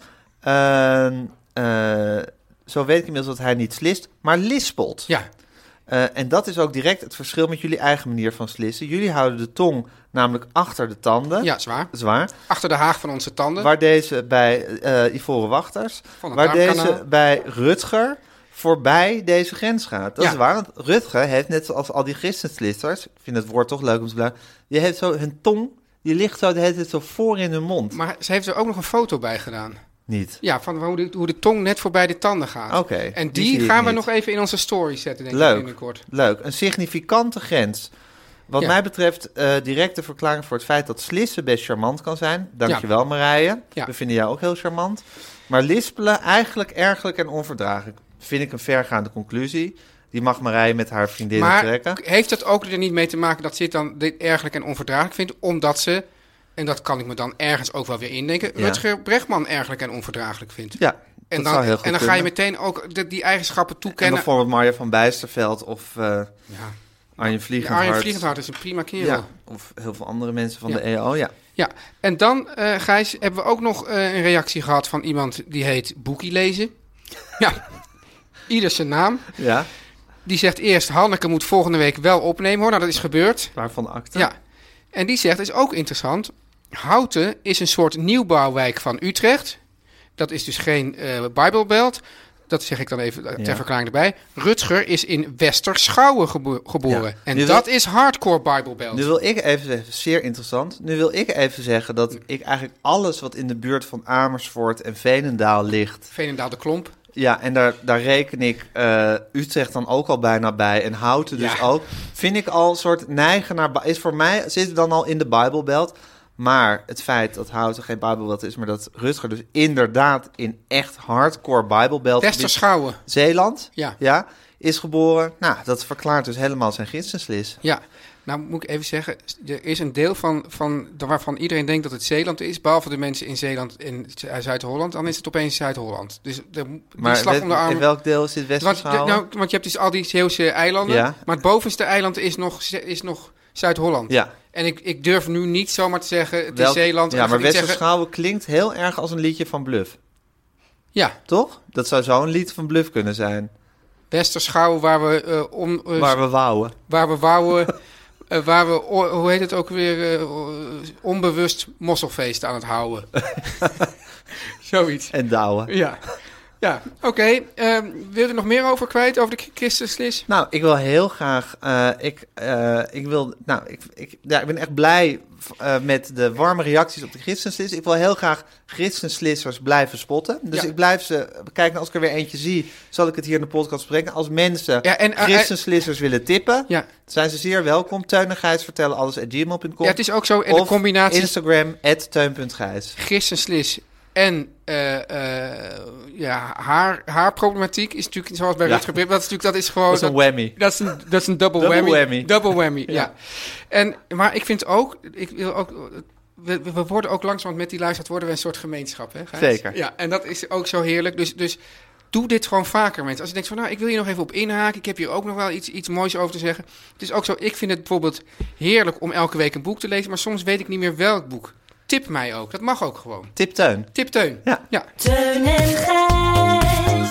zo weet ik inmiddels dat hij niet slist, maar lispelt. Ja. En dat is ook direct het verschil met jullie eigen manier van slissen. Jullie houden de tong namelijk achter de tanden. Ja, zwaar. Achter de haag van onze tanden. Waar deze bij Ivoren Wachters, waar deze bij Rutger voorbij deze grens gaat. Dat is waar, want Rutger heeft net zoals al die christenslissers, ik vind het woord toch leuk om te blijven, die heeft zo hun tong, die ligt zo de hele tijd zo voor in hun mond. Maar ze heeft er ook nog een foto bij gedaan. Niet? Ja, van hoe de tong net voorbij de tanden gaat. Oké. En die gaan we nog even in onze story zetten, denk ik, binnenkort. Leuk. Een significante grens. Wat mij betreft directe verklaring voor het feit dat slissen best charmant kan zijn. Dankjewel, Marije. Ja. We vinden jou ook heel charmant. Maar lispelen eigenlijk ergerlijk en onverdraaglijk. Vind ik een vergaande conclusie. Die mag Marije met haar vriendinnen trekken. Maar heeft het ook er niet mee te maken dat ze het dan dit ergerlijk en onverdraaglijk vindt? Omdat ze, en dat kan ik me dan ergens ook wel weer indenken, Rutger Bregman ergerlijk en onverdraaglijk vindt. Ja, en dan ga je meteen ook die eigenschappen toekennen. En bijvoorbeeld Marja van Bijsterveld of Arjen Vliegendhart. Arjen Vliegendhart is een prima kerel. Ja, of heel veel andere mensen van de EO, Ja, en dan, Gijs, hebben we ook nog een reactie gehad van iemand die heet Boekie lezen. Ja, ieder zijn naam. Ja. Die zegt eerst, Hanneke moet volgende week wel opnemen hoor. Nou, dat is gebeurd. Waarvan de akte? Ja. En die zegt, is ook interessant, Houten is een soort nieuwbouwwijk van Utrecht. Dat is dus geen Bijbelbelt. Dat zeg ik dan even ter verklaring erbij. Rutger is in Westerschouwen geboren. Ja. En dat is hardcore Bijbelbelt. Nu wil ik even zeggen, zeer interessant. Nu wil ik even zeggen dat ik eigenlijk alles wat in de buurt van Amersfoort en Veenendaal ligt. Veenendaal de Klomp. Ja, en daar reken ik Utrecht dan ook al bijna bij. En Houten dus ook. Vind ik al een soort neigen naar... Is voor mij, zit het dan al in de Bijbelbelt. Maar het feit dat Houten geen Bijbelbelt is... maar dat Rutger dus inderdaad in echt hardcore Bijbelbelt... Westerschouwen. Zeeland, Ja. is geboren. Nou, dat verklaart dus helemaal zijn gidsenslis. Ja, nou moet ik even zeggen, er is een deel waarvan iedereen denkt dat het Zeeland is, behalve de mensen in Zeeland in Zuid-Holland, dan is het opeens Zuid-Holland. Dus die slag om de arm. In welk deel is dit Westerschouwen? Want je hebt dus al die Zeeuwse eilanden, maar het bovenste eiland is nog Zuid-Holland. Ja. En ik durf nu niet zomaar te zeggen, het is Zeeland. Ja, maar Westerschouwen klinkt heel erg als een liedje van Bluff. Ja. Toch? Dat zou zo'n lied van Bluff kunnen zijn. Westerschouwen, waar we wouwen. Waar we wouwen. Waar we, hoe heet het ook weer, onbewust mosselfeest aan het houden. Zoiets. En douwen. Ja, oké. Wil je er nog meer over kwijt, over de Christenslis? Nou, ik wil heel graag... ik ben echt blij met de warme reacties op de Christenslis. Ik wil heel graag Christenslissers blijven spotten. Dus ik blijf ze bekijken. Als ik er weer eentje zie, zal ik het hier in de podcast brengen. Als mensen Christenslissers willen tippen, zijn ze zeer welkom. Teun en Gijs vertellen alles@gmail.com. Ja, het is ook zo in de combinatie... Instagram @teun.gijs. Christenslis en haar problematiek is natuurlijk, zoals bij Rutger, dat is gewoon... Dat is een whammy. Dat is een double whammy. Double whammy, ja. Maar ik vind ook, we worden ook langzaam met die luisteraars worden we een soort gemeenschap, hè, Gijs? Zeker. Ja, en dat is ook zo heerlijk. Dus doe dit gewoon vaker, mensen. Als je denkt van, nou, ik wil hier nog even op inhaken. Ik heb hier ook nog wel iets moois over te zeggen. Het is ook zo, ik vind het bijvoorbeeld heerlijk om elke week een boek te lezen, maar soms weet ik niet meer welk boek. Tip mij ook. Dat mag ook gewoon. Tip Teun. Ja. Teun en Gijs.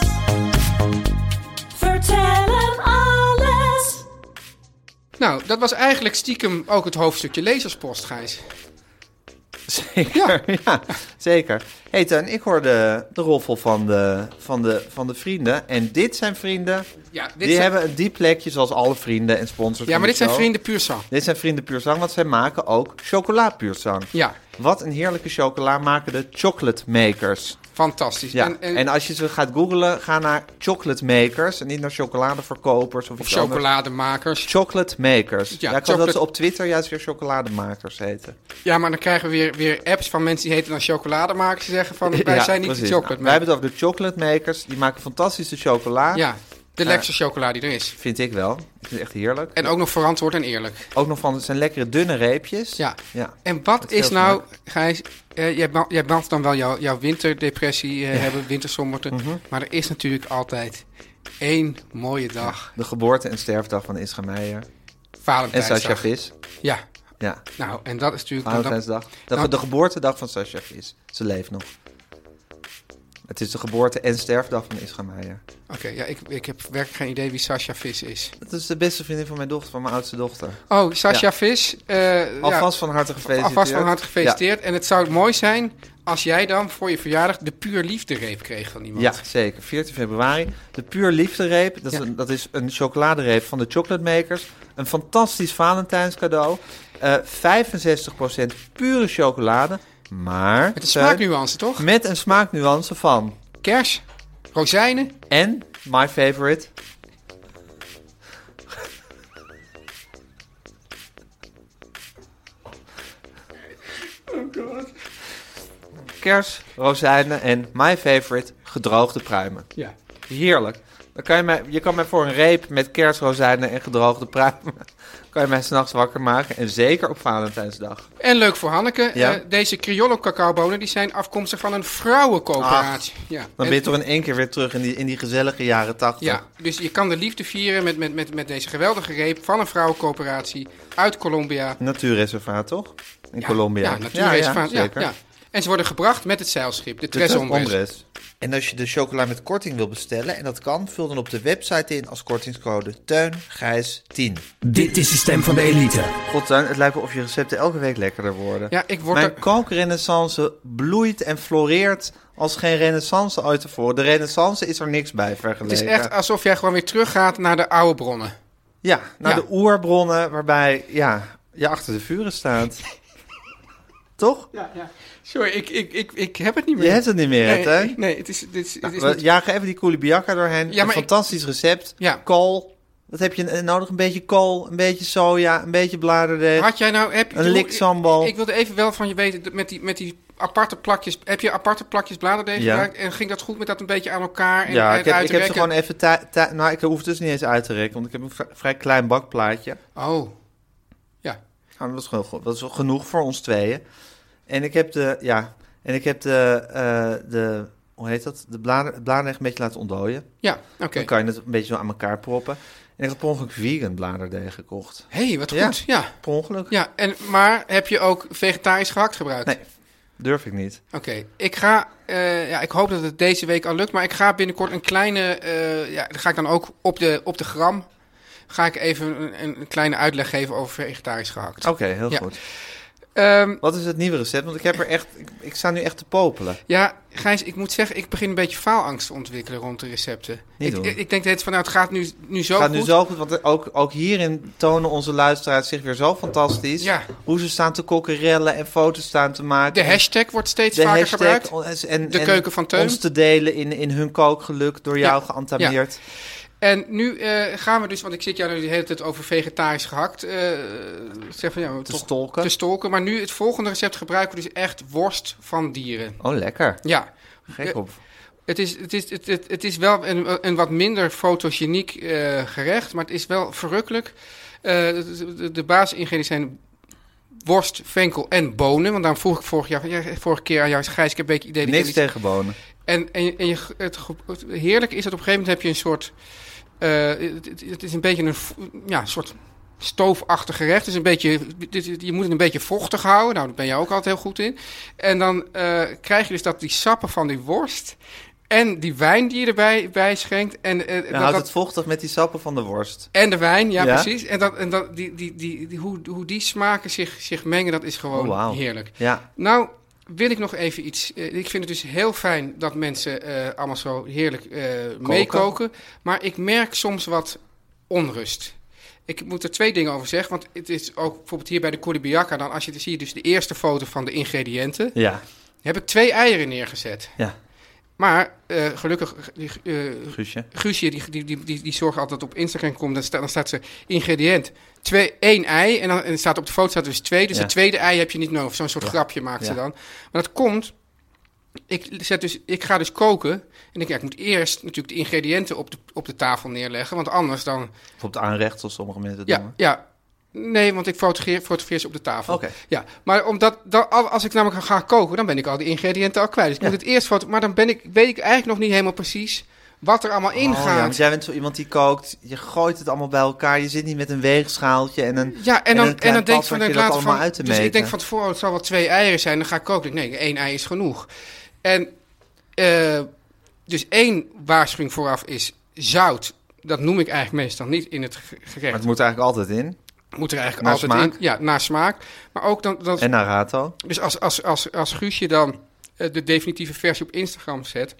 Vertel hem alles. Nou, dat was eigenlijk stiekem ook het hoofdstukje lezerspost, Gijs. Zeker, ja, zeker. Hey Teun, ik hoorde de roffel van de vrienden. En dit zijn vrienden, hebben een diep plekje zoals alle vrienden en sponsors. Ja, maar dit zijn vrienden puur sang. Dit zijn vrienden puur sang, want zij maken ook chocola puur sang. Ja. Wat een heerlijke chocola maken de Chocolate Makers. Fantastisch. Ja. En als je ze gaat googlen, ga naar Chocolate Makers en niet naar chocoladeverkopers of chocolademakers. Chocolate Makers. Ja, ik geloof dat ze op Twitter juist weer chocolademakers heten. Ja, maar dan krijgen we weer apps van mensen die heten dan chocolademakers. Die zeggen van, wij zijn niet de chocolate makers. Wij hebben het over de Chocolate Makers. Die maken fantastische chocola. Ja, de lekkerste chocola die er is. Vind ik wel. Ik vind het echt heerlijk. En ook nog verantwoord en eerlijk. Ook nog van, het zijn lekkere dunne reepjes. Ja. En wat is nou, Gijs, jij mag dan wel jouw winterdepressie hebben, wintersomberte. Mm-hmm. Maar er is natuurlijk altijd één mooie dag. De geboorte- en sterfdag van Ischa Meijer. Valentijnsdag. En Sascha Vis. Ja. Ja. Nou, en dat is natuurlijk... Valentijnsdag. De geboortedag van Sascha Vis. Ze leeft nog. Het is de geboorte- en sterfdag van Ischa Meijer. Oké, ja, ik heb werkelijk geen idee wie Sascha Vis is. Dat is de beste vriendin van mijn dochter, van mijn oudste dochter. Oh, Sascha Vis. Alvast van harte gefeliciteerd. Alvast van harte gefeliciteerd. Ja. En het zou mooi zijn als jij dan voor je verjaardag de Puur Liefde reep kreeg van iemand. Ja, zeker. 14 februari. De Puur Liefde reep, dat is een chocoladereep van de Chocolate Makers. Een fantastisch Valentijnscadeau. 65% pure chocolade. Maar met een smaaknuance, toch? Met een smaaknuance van kers, rozijnen en my favorite. Oh god. Kers, rozijnen en my favorite gedroogde pruimen. Ja. Heerlijk. Dan je kan mij voor een reep met kers, rozijnen en gedroogde pruimen kan je mij 's nachts wakker maken. En zeker op Valentijnsdag. En leuk voor Hanneke. Ja. Deze Criollo cacaobonen die zijn afkomstig van een vrouwencoöperatie. Ja. Dan ben je toch in één keer weer terug in die gezellige jaren 80. Ja, dus je kan de liefde vieren met deze geweldige reep van een vrouwencoöperatie uit Colombia. Natuurreservaat, toch? In Colombia. Ja, natuurreservaat. Ja, zeker. Ja. En ze worden gebracht met het zeilschip, de Tres Hombres. En als je de chocola met korting wil bestellen, en dat kan, vul dan op de website in als kortingscode TEUNGIJS10. Dit is de stem van de elite. God, Teun, het lijkt wel of je recepten elke week lekkerder worden. Ja, Mijn kookrenaissance bloeit en floreert als geen renaissance ooit tevoren. De renaissance is er niks bij vergeleken. Het is echt alsof jij gewoon weer teruggaat naar de oude bronnen. Ja, naar de oerbronnen waarbij je achter de vuren staat. Toch? Ja. Sorry, ik heb het niet meer. Je hebt het niet meer, nee, hè? Nee, het is We niet... jagen even die koulibiaka doorheen. Ja, Een maar fantastisch recept. Ja. Kool. Wat heb je nodig? Een beetje kool, een beetje soja, een beetje bladerdeeg. Had jij nou... Een lik sambal. Ik wilde even wel van je weten, met die aparte plakjes... Heb je aparte plakjes bladerdeeg Ja. gebruikt? En ging dat goed met dat een beetje aan elkaar en Ja, uit ik te heb ze rekken? gewoon even... Nou, ik hoef het dus niet eens uit te rekken, want ik heb een vrij klein bakplaatje. Oh, ja. Nou, dat is gewoon goed. Dat is wel genoeg voor ons tweeën. En ik heb de hoe heet dat? De bladerdeeg een beetje laten ontdooien. Ja, oké. Dan kan je het een beetje zo aan elkaar proppen. En ik had per ongeluk vegan bladerdeeg gekocht. Hé, wat goed. Ja. Per ongeluk. Ja, maar heb je ook vegetarisch gehakt gebruikt? Nee, durf ik niet. Oké, ik ga... ik hoop dat het deze week al lukt, maar ik ga binnenkort een kleine... dan ga ik dan ook op de gram... Ga ik even een kleine uitleg geven over vegetarisch gehakt. Oké, heel goed. Wat is het nieuwe recept? Want ik heb er echt... Ik sta nu echt te popelen. Ja, Gijs, ik moet zeggen, ik begin een beetje faalangst te ontwikkelen rond de recepten. Ik denk dat het gaat nu zo goed. Het gaat nu zo goed, want ook hierin tonen onze luisteraars zich weer zo fantastisch. Ja. Hoe ze staan te kokkerellen en foto's staan te maken. De hashtag wordt steeds vaker gebruikt. De keuken van Teun. Ons te delen in hun kookgeluk door jou geantameerd. Ja. En nu gaan we dus, want ik zit jou nu de hele tijd over vegetarisch gehakt zeg van, te stolken. Maar nu het volgende recept gebruiken we dus echt worst van dieren. Oh, lekker. Ja. Gek op. Het is wel een wat minder fotogeniek gerecht, maar het is wel verrukkelijk. De basisingrediënten zijn worst, venkel en bonen. Want daarom vroeg ik vorige keer aan jou, Gijs, ik heb een beetje idee... Niks tegen bonen. En het heerlijke is dat op een gegeven moment heb je een soort... het is een beetje een soort stoofachtig gerecht. Dus je moet het een beetje vochtig houden. Nou, daar ben je ook altijd heel goed in. En dan krijg je dus die sappen van die worst... En die wijn die je erbij schenkt. En houdt het vochtig met die sappen van de worst. En de wijn, ja? Precies. En hoe die smaken zich mengen, dat is gewoon heerlijk. Ja. Nou, wil ik nog even iets... ik vind het dus heel fijn dat mensen allemaal zo heerlijk meekoken. Maar ik merk soms wat onrust. Ik moet er 2 dingen over zeggen. Want het is ook bijvoorbeeld hier bij de koulibiaka... dan als je zie je dus de eerste foto van de ingrediënten. Ja. Heb ik 2 eieren neergezet. Ja. Maar gelukkig, Guusje die zorgt altijd op Instagram komt. Dan staat ze ingrediënt 1 ei. En dan staat op de foto staat dus 2. Dus het tweede ei heb je niet nodig. Zo'n soort grapje maakt ze dan. Maar dat komt... Ik ga dus koken. En ik moet eerst natuurlijk de ingrediënten op de tafel neerleggen. Want anders dan... Of op de aanrecht, zoals sommige mensen doen. Ja. Nee, want ik fotografeer ze op de tafel. Okay. Ja, maar als ik namelijk ga koken, dan ben ik al die ingrediënten al kwijt. Dus ik moet het eerst fotograferen. Maar dan weet ik eigenlijk nog niet helemaal precies wat er allemaal in gaat. Ja, want jij bent zo iemand die kookt. Je gooit het allemaal bij elkaar. Je zit niet met een weegschaaltje en een en dan denk ik van dat allemaal uit te meten. Dus ik denk van tevoren, het zal wel 2 eieren zijn. Dan ga ik koken. Nee, 1 ei is genoeg. En dus 1 waarschuwing vooraf is zout. Dat noem ik eigenlijk meestal niet in het gerecht. Maar het moet er eigenlijk altijd in. Moet er eigenlijk naar altijd smaak. in. Ja, naar smaak. Maar ook dan en naar rato. Dus als Guusje dan de definitieve versie op Instagram zet...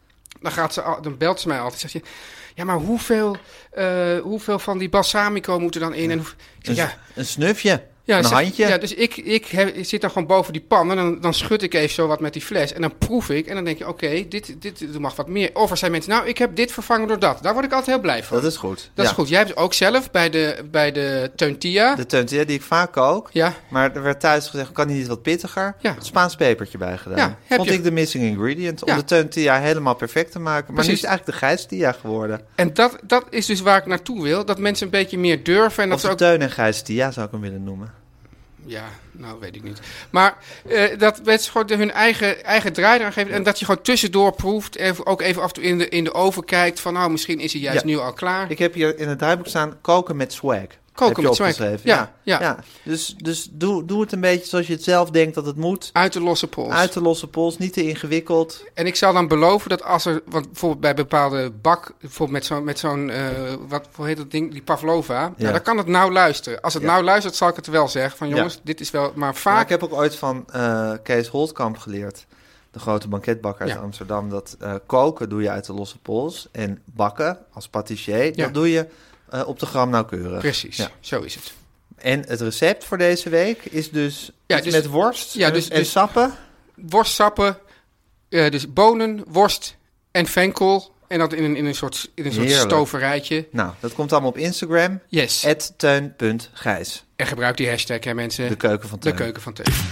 Dan belt ze mij altijd. Zegt je, ja, maar hoeveel van die balsamico moet er dan in? En een snufje. Ja, een handje. Ja, dus ik zit dan gewoon boven die pan en dan schud ik even zo wat met die fles. En dan proef ik en dan denk je, oké, dit mag wat meer. Of er zijn mensen, nou, ik heb dit vervangen door dat. Daar word ik altijd heel blij van. Dat is goed. Dat is goed. Jij hebt het ook zelf bij de Teuntia. De Teuntia die ik vaak kook. Ja. Maar er werd thuis gezegd, kan die niet wat pittiger? Ja. Het Spaans pepertje bij gedaan. Ja, vond ik de missing ingredient om de Teuntia helemaal perfect te maken. Maar nu is het eigenlijk de Gijstia geworden. En dat is dus waar ik naartoe wil. Dat mensen een beetje meer durven. En of dat de Teun en Gijstia zou ik hem willen noemen. Ja, nou weet ik niet. Maar dat mensen gewoon hun eigen draai eraan geven. En dat je gewoon tussendoor proeft. En ook even af en toe in de oven kijkt. Van nou, misschien is hij juist nu al klaar. Ik heb hier in het draaiboek staan koken met swag. Koken met swag. Ja. Dus doe het een beetje zoals je het zelf denkt dat het moet. Uit de losse pols. Uit de losse pols, niet te ingewikkeld. En ik zal dan beloven dat als er, want bijvoorbeeld bij bepaalde bak, bijvoorbeeld met zo'n wat hoe heet dat ding, die Pavlova. Ja. Nou, dan kan het nou luisteren. Als het nou luistert, zal ik het wel zeggen. Van jongens, dit is wel, maar vaak... Maar ik heb ook ooit van Kees Holtkamp geleerd. De grote banketbakker uit Amsterdam. Dat koken doe je uit de losse pols. En bakken als patissier, dat doe je op de gram nauwkeurig. Precies, zo is het. En het recept voor deze week is dus, Ja, met worst en dus sappen. Worstsappen, dus bonen, worst en venkel. En dat in een soort stoverijtje. Nou, dat komt allemaal op Instagram. Yes. @teun.gijs. En gebruik die hashtag, hè mensen. De keuken van Teun. De keuken van Teun.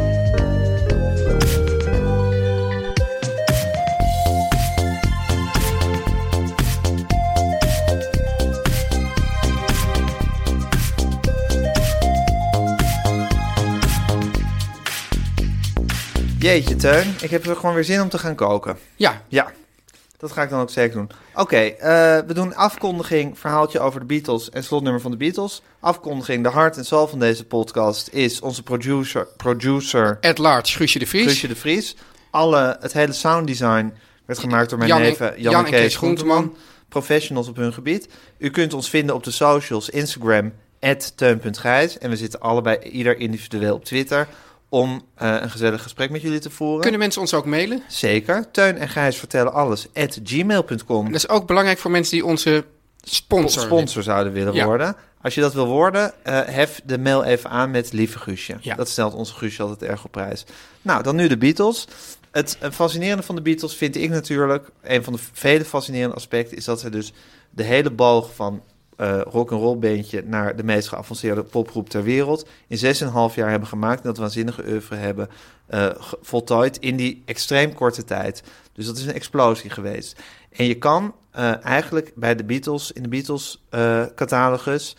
Jeetje, Teun. Ik heb er gewoon weer zin om te gaan koken. Ja. Ja, dat ga ik dan ook zeker doen. Oké, we doen afkondiging, verhaaltje over de Beatles en slotnummer van de Beatles. Afkondiging, de hart en ziel van deze podcast is onze producer At large, Guusje de Vries. Het hele sounddesign werd gemaakt door mijn neven Jan en Kees Groenteman. Professionals op hun gebied. U kunt ons vinden op de socials, Instagram, @teun.gijs. En we zitten allebei, ieder individueel op Twitter, om een gezellig gesprek met jullie te voeren. Kunnen mensen ons ook mailen? Zeker. Teun en Gijs vertellen alles @gmail.com. Dat is ook belangrijk voor mensen die onze sponsor zouden willen worden. Als je dat wil worden, hef de mail even aan met lieve Guusje. Ja. Dat stelt onze Guusje altijd erg op prijs. Nou, dan nu de Beatles. Het fascinerende van de Beatles vind ik natuurlijk, een van de vele fascinerende aspecten, is dat ze dus de hele boog van rock'n'roll bandje naar de meest geavanceerde popgroep ter wereld in 6,5 jaar hebben gemaakt en dat waanzinnige oeuvre hebben voltooid in die extreem korte tijd. Dus dat is een explosie geweest. En je kan eigenlijk bij de Beatles, in de Beatles catalogus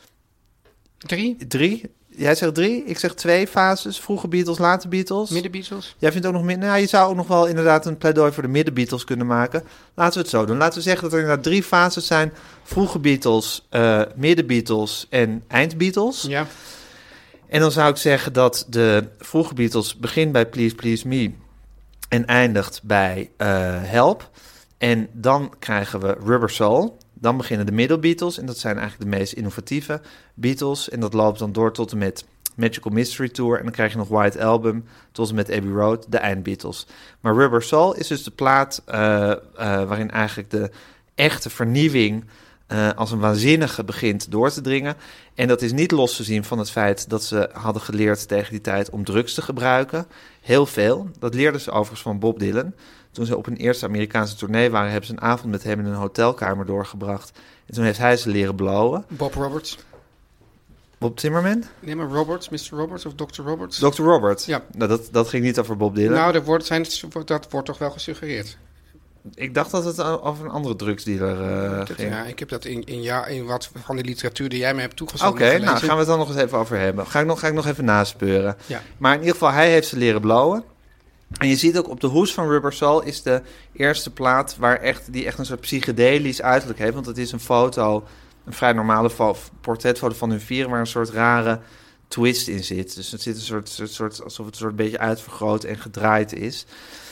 3? Jij zegt 3, ik zeg 2 fases. Vroege Beatles, late Beatles. Midden Beatles. Jij vindt ook nog minder. Nou, je zou ook nog wel inderdaad een pleidooi voor de midden Beatles kunnen maken. Laten we het zo doen. Laten we zeggen dat er inderdaad 3 fases zijn. Vroege Beatles, midden Beatles en eind Beatles. Ja. En dan zou ik zeggen dat de vroege Beatles begint bij Please Please Me en eindigt bij Help. En dan krijgen we Rubber Soul. Dan beginnen de middle Beatles en dat zijn eigenlijk de meest innovatieve Beatles. En dat loopt dan door tot en met Magical Mystery Tour. En dan krijg je nog White Album tot en met Abbey Road, de eind Beatles. Maar Rubber Soul is dus de plaat waarin eigenlijk de echte vernieuwing als een waanzinnige begint door te dringen. En dat is niet los te zien van het feit dat ze hadden geleerd tegen die tijd om drugs te gebruiken. Heel veel. Dat leerden ze overigens van Bob Dylan. Toen ze op een eerste Amerikaanse tournee waren, hebben ze een avond met hem in een hotelkamer doorgebracht. En toen heeft hij ze leren blowen. Bob Roberts. Bob Timmerman? Nee, maar Roberts, Mr. Roberts of Dr. Roberts? Dr. Roberts? Ja. Nou, dat ging niet over Bob Dylan. Nou, dat wordt toch wel gesuggereerd. Ik dacht dat het over een andere drugsdealer ging. Ja, ik heb dat in wat van de literatuur die jij mij hebt toegezonden. Oké, nou gaan we het dan nog eens even over hebben. Ga ik nog even naspeuren. Ja. Maar in ieder geval, hij heeft ze leren blowen. En je ziet ook op de hoes van Rubber Soul is de eerste plaat die echt een soort psychedelisch uiterlijk heeft. Want het is een foto, een vrij normale portretfoto van hun vieren, waar een soort rare twist in zit. Dus het zit een soort alsof het een soort beetje uitvergroot en gedraaid is.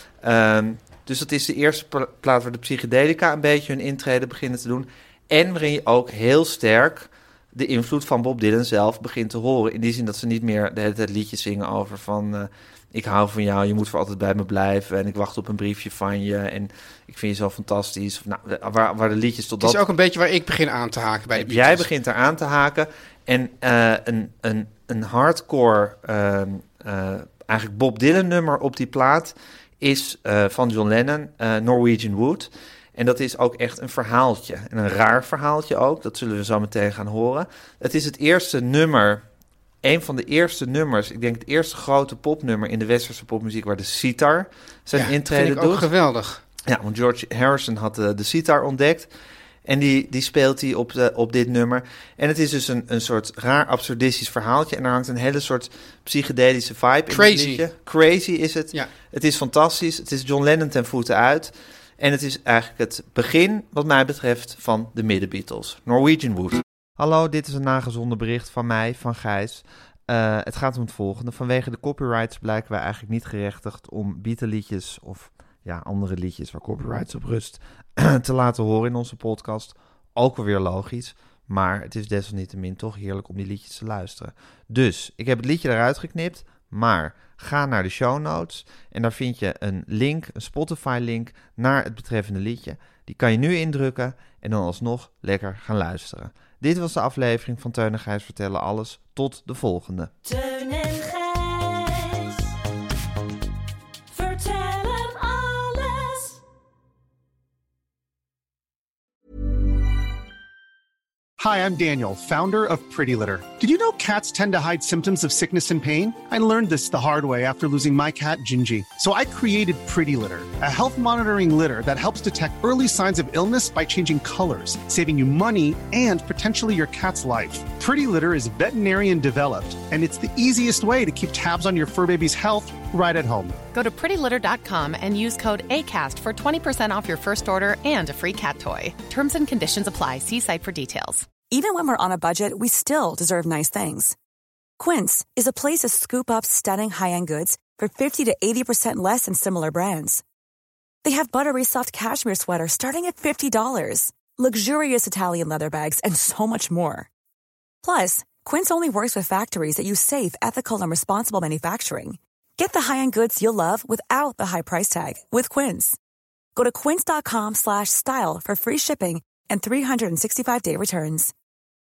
Dus dat is de eerste plaat waar de psychedelica een beetje hun intrede beginnen te doen. En waarin je ook heel sterk de invloed van Bob Dylan zelf begint te horen. In die zin dat ze niet meer de hele tijd liedjes zingen over van ik hou van jou, je moet voor altijd bij me blijven en ik wacht op een briefje van je en ik vind je zo fantastisch. Of, nou, waar de liedjes tot dat... Het is ook een beetje waar ik begin aan te haken bij de Beatles. Jij begint daar aan te haken en een hardcore eigenlijk Bob Dylan nummer op die plaat is van John Lennon, Norwegian Wood. En dat is ook echt een verhaaltje. En een raar verhaaltje ook. Dat zullen we zo meteen gaan horen. Het is het eerste nummer, een van de eerste nummers, ik denk het eerste grote popnummer in de westerse popmuziek waar de sitar zijn intrede doet. Dat vind ik ook geweldig. Ja, want George Harrison had de sitar ontdekt. En die speelt hij op dit nummer. En het is dus een soort raar absurdistisch verhaaltje. En er hangt een hele soort psychedelische vibe in het liedje. Crazy is het. Ja. Het is fantastisch. Het is John Lennon ten voeten uit. En het is eigenlijk het begin, wat mij betreft, van de midden-Beatles. Norwegian Wood. Hallo, dit is een nagezonden bericht van mij, van Gijs. Het gaat om het volgende. Vanwege de copyrights blijken wij eigenlijk niet gerechtigd om Beatle-liedjes of andere liedjes waar copyrights op rust te laten horen in onze podcast. Ook alweer logisch, maar het is desalniettemin toch heerlijk om die liedjes te luisteren. Dus, ik heb het liedje eruit geknipt, maar ga naar de show notes en daar vind je een link, een Spotify-link naar het betreffende liedje. Die kan je nu indrukken en dan alsnog lekker gaan luisteren. Dit was de aflevering van Teun en Gijs vertellen alles. Tot de volgende. Teun en Gijs. Vertel hem alles. Hi, I'm Daniel, founder of Pretty Litter. Did you know cats tend to hide symptoms of sickness and pain? I learned this the hard way after losing my cat, Gingy. So I created Pretty Litter, a health monitoring litter that helps detect early signs of illness by changing colors, saving you money and potentially your cat's life. Pretty Litter is veterinarian developed, and it's the easiest way to keep tabs on your fur baby's health right at home. Go to prettylitter.com and use code ACAST for 20% off your first order and a free cat toy. Terms and conditions apply. See site for details. Even when we're on a budget, we still deserve nice things. Quince is a place to scoop up stunning high-end goods for 50 to 80% less than similar brands. They have buttery soft cashmere sweaters starting at $50, luxurious Italian leather bags, and so much more. Plus, Quince only works with factories that use safe, ethical, and responsible manufacturing. Get the high-end goods you'll love without the high price tag with Quince. Go to quince.com/style for free shipping and 365-day returns.